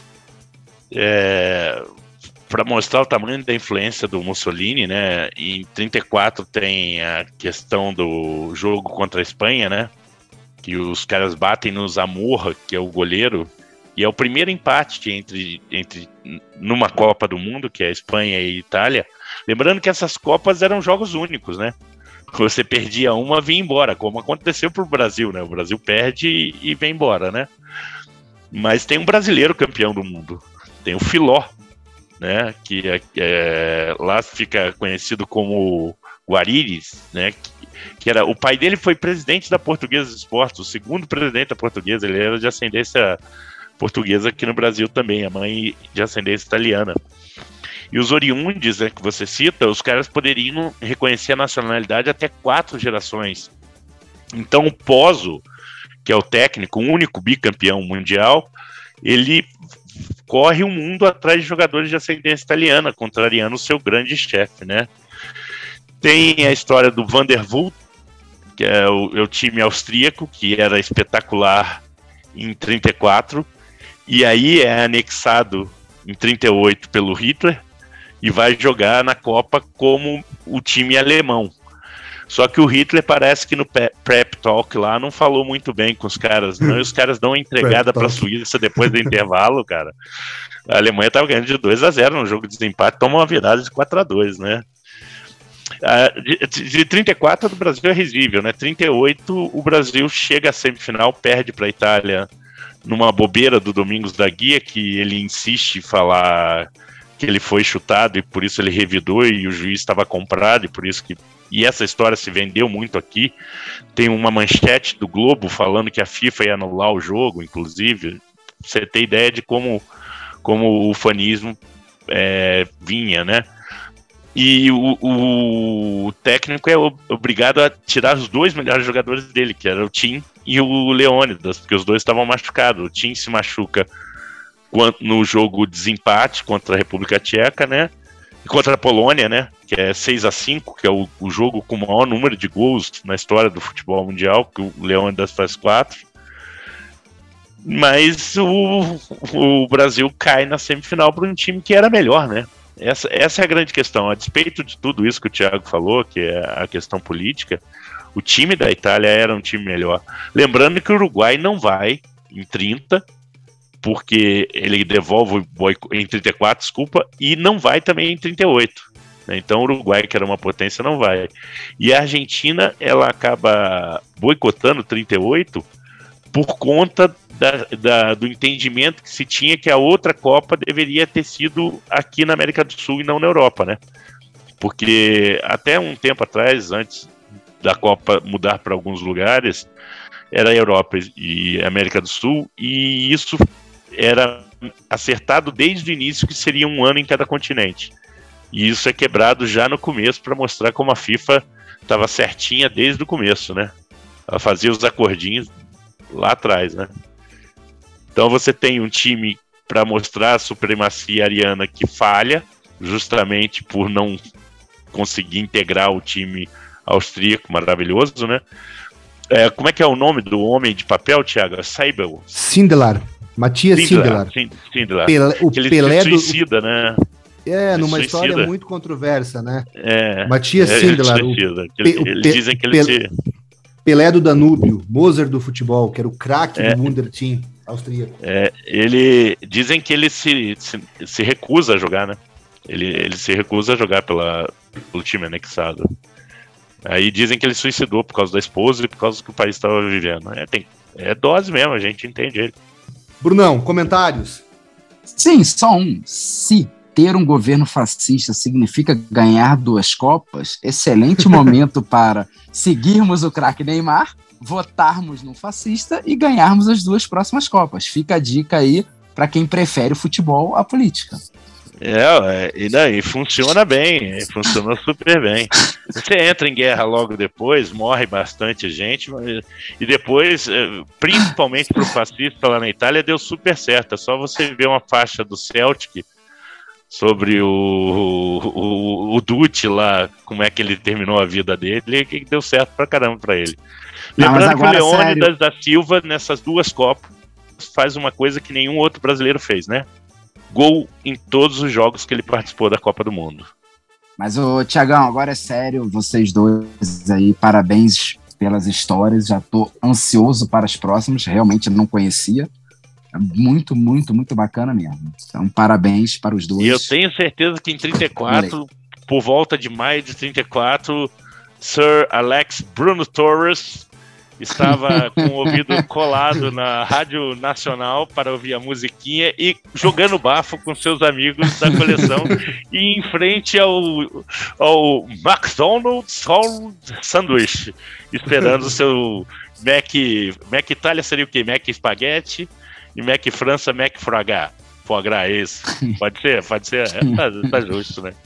Para mostrar o tamanho da influência do Mussolini, né? Em 34 tem a questão do jogo contra a Espanha, né? Que os caras batem no Zamorra, que é o goleiro, e é o primeiro empate entre numa Copa do Mundo, que é a Espanha e a Itália. Lembrando que essas Copas eram jogos únicos, né? Você perdia uma, vinha embora, como aconteceu pro Brasil, né? O Brasil perde e vem embora, né? Mas tem um brasileiro campeão do mundo, tem o Filó, né? Que lá fica conhecido como Guariris, né? Que era, o pai dele foi presidente da Portuguesa de Esportes, o segundo presidente da Portuguesa, ele era de ascendência portuguesa aqui no Brasil também, a mãe de ascendência italiana. E os oriundes, né, que você cita, os caras poderiam reconhecer a nacionalidade até 4 gerações. Então o Pozzo, que é o técnico, o único bicampeão mundial, ele corre o mundo atrás de jogadores de ascendência italiana, contrariando o seu grande chefe, né? Tem a história do Van der Voort, que é o time austríaco, que era espetacular em 34, e aí é anexado em 38 pelo Hitler, e vai jogar na Copa como o time alemão. Só que o Hitler parece que no prep talk lá não falou muito bem com os caras, não, e os caras dão uma entregada para a Suíça depois do intervalo, cara. A Alemanha estava ganhando de 2-0 no jogo de desempate, toma uma virada de 4-2, né? De 34 do Brasil é risível, né? 38 o Brasil chega à semifinal, perde para a Itália numa bobeira do Domingos da Guia, que ele insiste em falar que ele foi chutado e por isso ele revidou e o juiz estava comprado e por isso que... E essa história se vendeu muito aqui. Tem uma manchete do Globo falando que a FIFA ia anular o jogo, inclusive. Você tem ideia de como o fanismo vinha, né? E o técnico é obrigado a tirar os 2 melhores jogadores dele, que era o Tim e o Leônidas, porque os 2 estavam machucados. O Tim se machuca no jogo desempate contra a República Tcheca, né? E contra a Polônia, né? Que é 6-5, que é o jogo com o maior número de gols na história do futebol mundial, que o Leônidas faz 4. Mas o Brasil cai na semifinal para um time que era melhor, né? Essa é a grande questão. A despeito de tudo isso que o Thiago falou, que é a questão política, o time da Itália era um time melhor. Lembrando que o Uruguai não vai em 30, porque ele devolve em 34, desculpa, e não vai também em 38. Né? Então o Uruguai, que era uma potência, não vai. E a Argentina, ela acaba boicotando 38 por conta do entendimento que se tinha que a outra Copa deveria ter sido aqui na América do Sul e não na Europa, né? Porque até um tempo atrás, antes da Copa mudar para alguns lugares, era a Europa e a América do Sul, e isso era acertado desde o início que seria um ano em cada continente. E isso é quebrado já no começo para mostrar como a FIFA estava certinha desde o começo, né? Ela fazia os acordinhos lá atrás, né? Então você tem um time para mostrar a supremacia ariana que falha, justamente por não conseguir integrar o time austríaco maravilhoso, né? Como é que é o nome do homem de papel, Thiago? Seibel? Sindelar. Matias Sindelar. Sindelar. O ele Pelé se suicida, né? Numa suicida. História muito controversa, né? Matias Sindelar. Eles dizem que ele Pelé do Danúbio, Mozart do futebol, que era o craque do Wunder Team austríaco. Dizem que ele se recusa a jogar, né? Ele se recusa a jogar pelo time anexado. Aí dizem que ele suicidou por causa da esposa e por causa do que o país estava vivendo. É dose mesmo, a gente entende ele. Brunão, comentários? Sim, só um. Se ter um governo fascista significa ganhar 2 Copas, excelente momento para seguirmos o craque Neymar, votarmos no fascista e ganharmos as 2 próximas Copas. Fica a dica aí para quem prefere o futebol à política. E daí funciona bem, funciona super bem. Você entra em guerra logo depois, morre bastante gente, e depois, principalmente para o fascista lá na Itália, deu super certo. É só você ver uma faixa do Celtic sobre o Dutti lá, como é que ele terminou a vida dele, que deu certo pra caramba pra ele. Lembrando que o Leônidas da Silva, nessas 2 Copas, faz uma coisa que nenhum outro brasileiro fez, né? Gol em todos os jogos que ele participou da Copa do Mundo. Mas, Thiagão, agora é sério, vocês dois aí, parabéns pelas histórias, já tô ansioso para as próximas, realmente não conhecia. Muito, muito, muito bacana mesmo. Então, parabéns para os dois. E eu tenho certeza que em 34, por volta de maio de 34, Sir Alex Bruno Torres estava com o ouvido colado na Rádio Nacional para ouvir a musiquinha e jogando bafo com seus amigos da coleção e em frente ao McDonald's Sandwich, esperando o seu Mac Itália seria o quê? Mac Spaghetti e Mac França, Mac Foie Gras, esse. Pode ser, tá justo, né?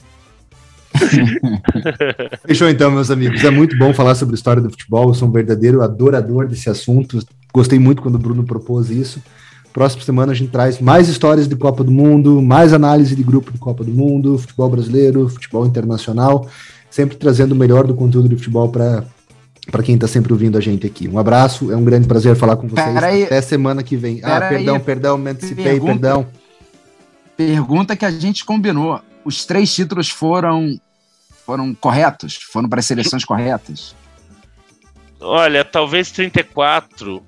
Fechou então, meus amigos. É muito bom falar sobre a história do futebol. Eu sou um verdadeiro adorador desse assunto. Gostei muito quando o Bruno propôs isso. Próxima semana a gente traz mais histórias de Copa do Mundo, mais análise de grupo de Copa do Mundo, futebol brasileiro, futebol internacional, sempre trazendo o melhor do conteúdo de futebol para quem está sempre ouvindo a gente aqui. Um abraço, é um grande prazer falar com vocês. Até semana que vem. Perdão, me antecipei, perdão. Pergunta que a gente combinou. Os 3 títulos foram corretos? Foram para as seleções corretas? Olha, talvez 34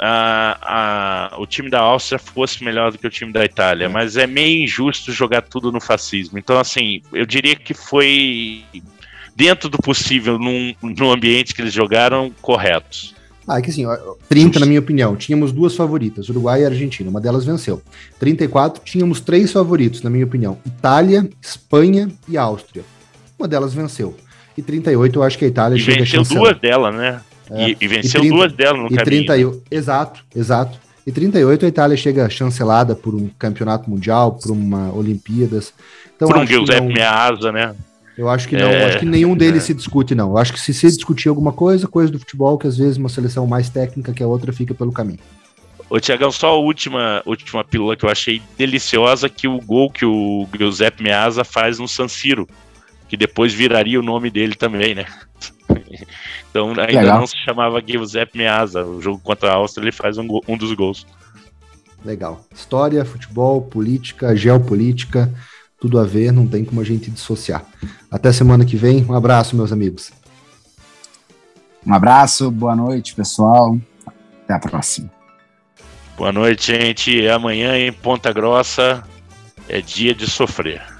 o time da Áustria fosse melhor do que o time da Itália, mas é meio injusto jogar tudo no fascismo. Então, assim, eu diria que foi dentro do possível, no ambiente que eles jogaram, corretos. É que assim, 30, na minha opinião, tínhamos 2 favoritas, Uruguai e Argentina, uma delas venceu. 34, tínhamos 3 favoritos, na minha opinião, Itália, Espanha e Áustria. Uma delas venceu. E 38, eu acho que a Itália chega a venceu chancelar. 2 delas, né? E venceu 2 delas no caminho. Exato. E 38, a Itália chega chancelada por um campeonato mundial, por uma Olimpíadas. Então, por um Giuseppe Meazza, né? Eu acho que não, acho que nenhum deles se discute, não. Eu acho que se discutir alguma coisa do futebol, que às vezes uma seleção mais técnica que a outra fica pelo caminho. Ô, Tiagão, só a última pílula que eu achei deliciosa, que o gol que o Giuseppe Meazza faz no San Siro, que depois viraria o nome dele também, né? Então ainda não se chamava Giuseppe Meazza. O jogo contra a Áustria ele faz um dos gols. Legal. História, futebol, política, geopolítica, tudo a ver, não tem como a gente dissociar. Até semana que vem, um abraço, meus amigos. Um abraço, boa noite, pessoal. Até a próxima. Boa noite, gente. Amanhã em Ponta Grossa é dia de sofrer.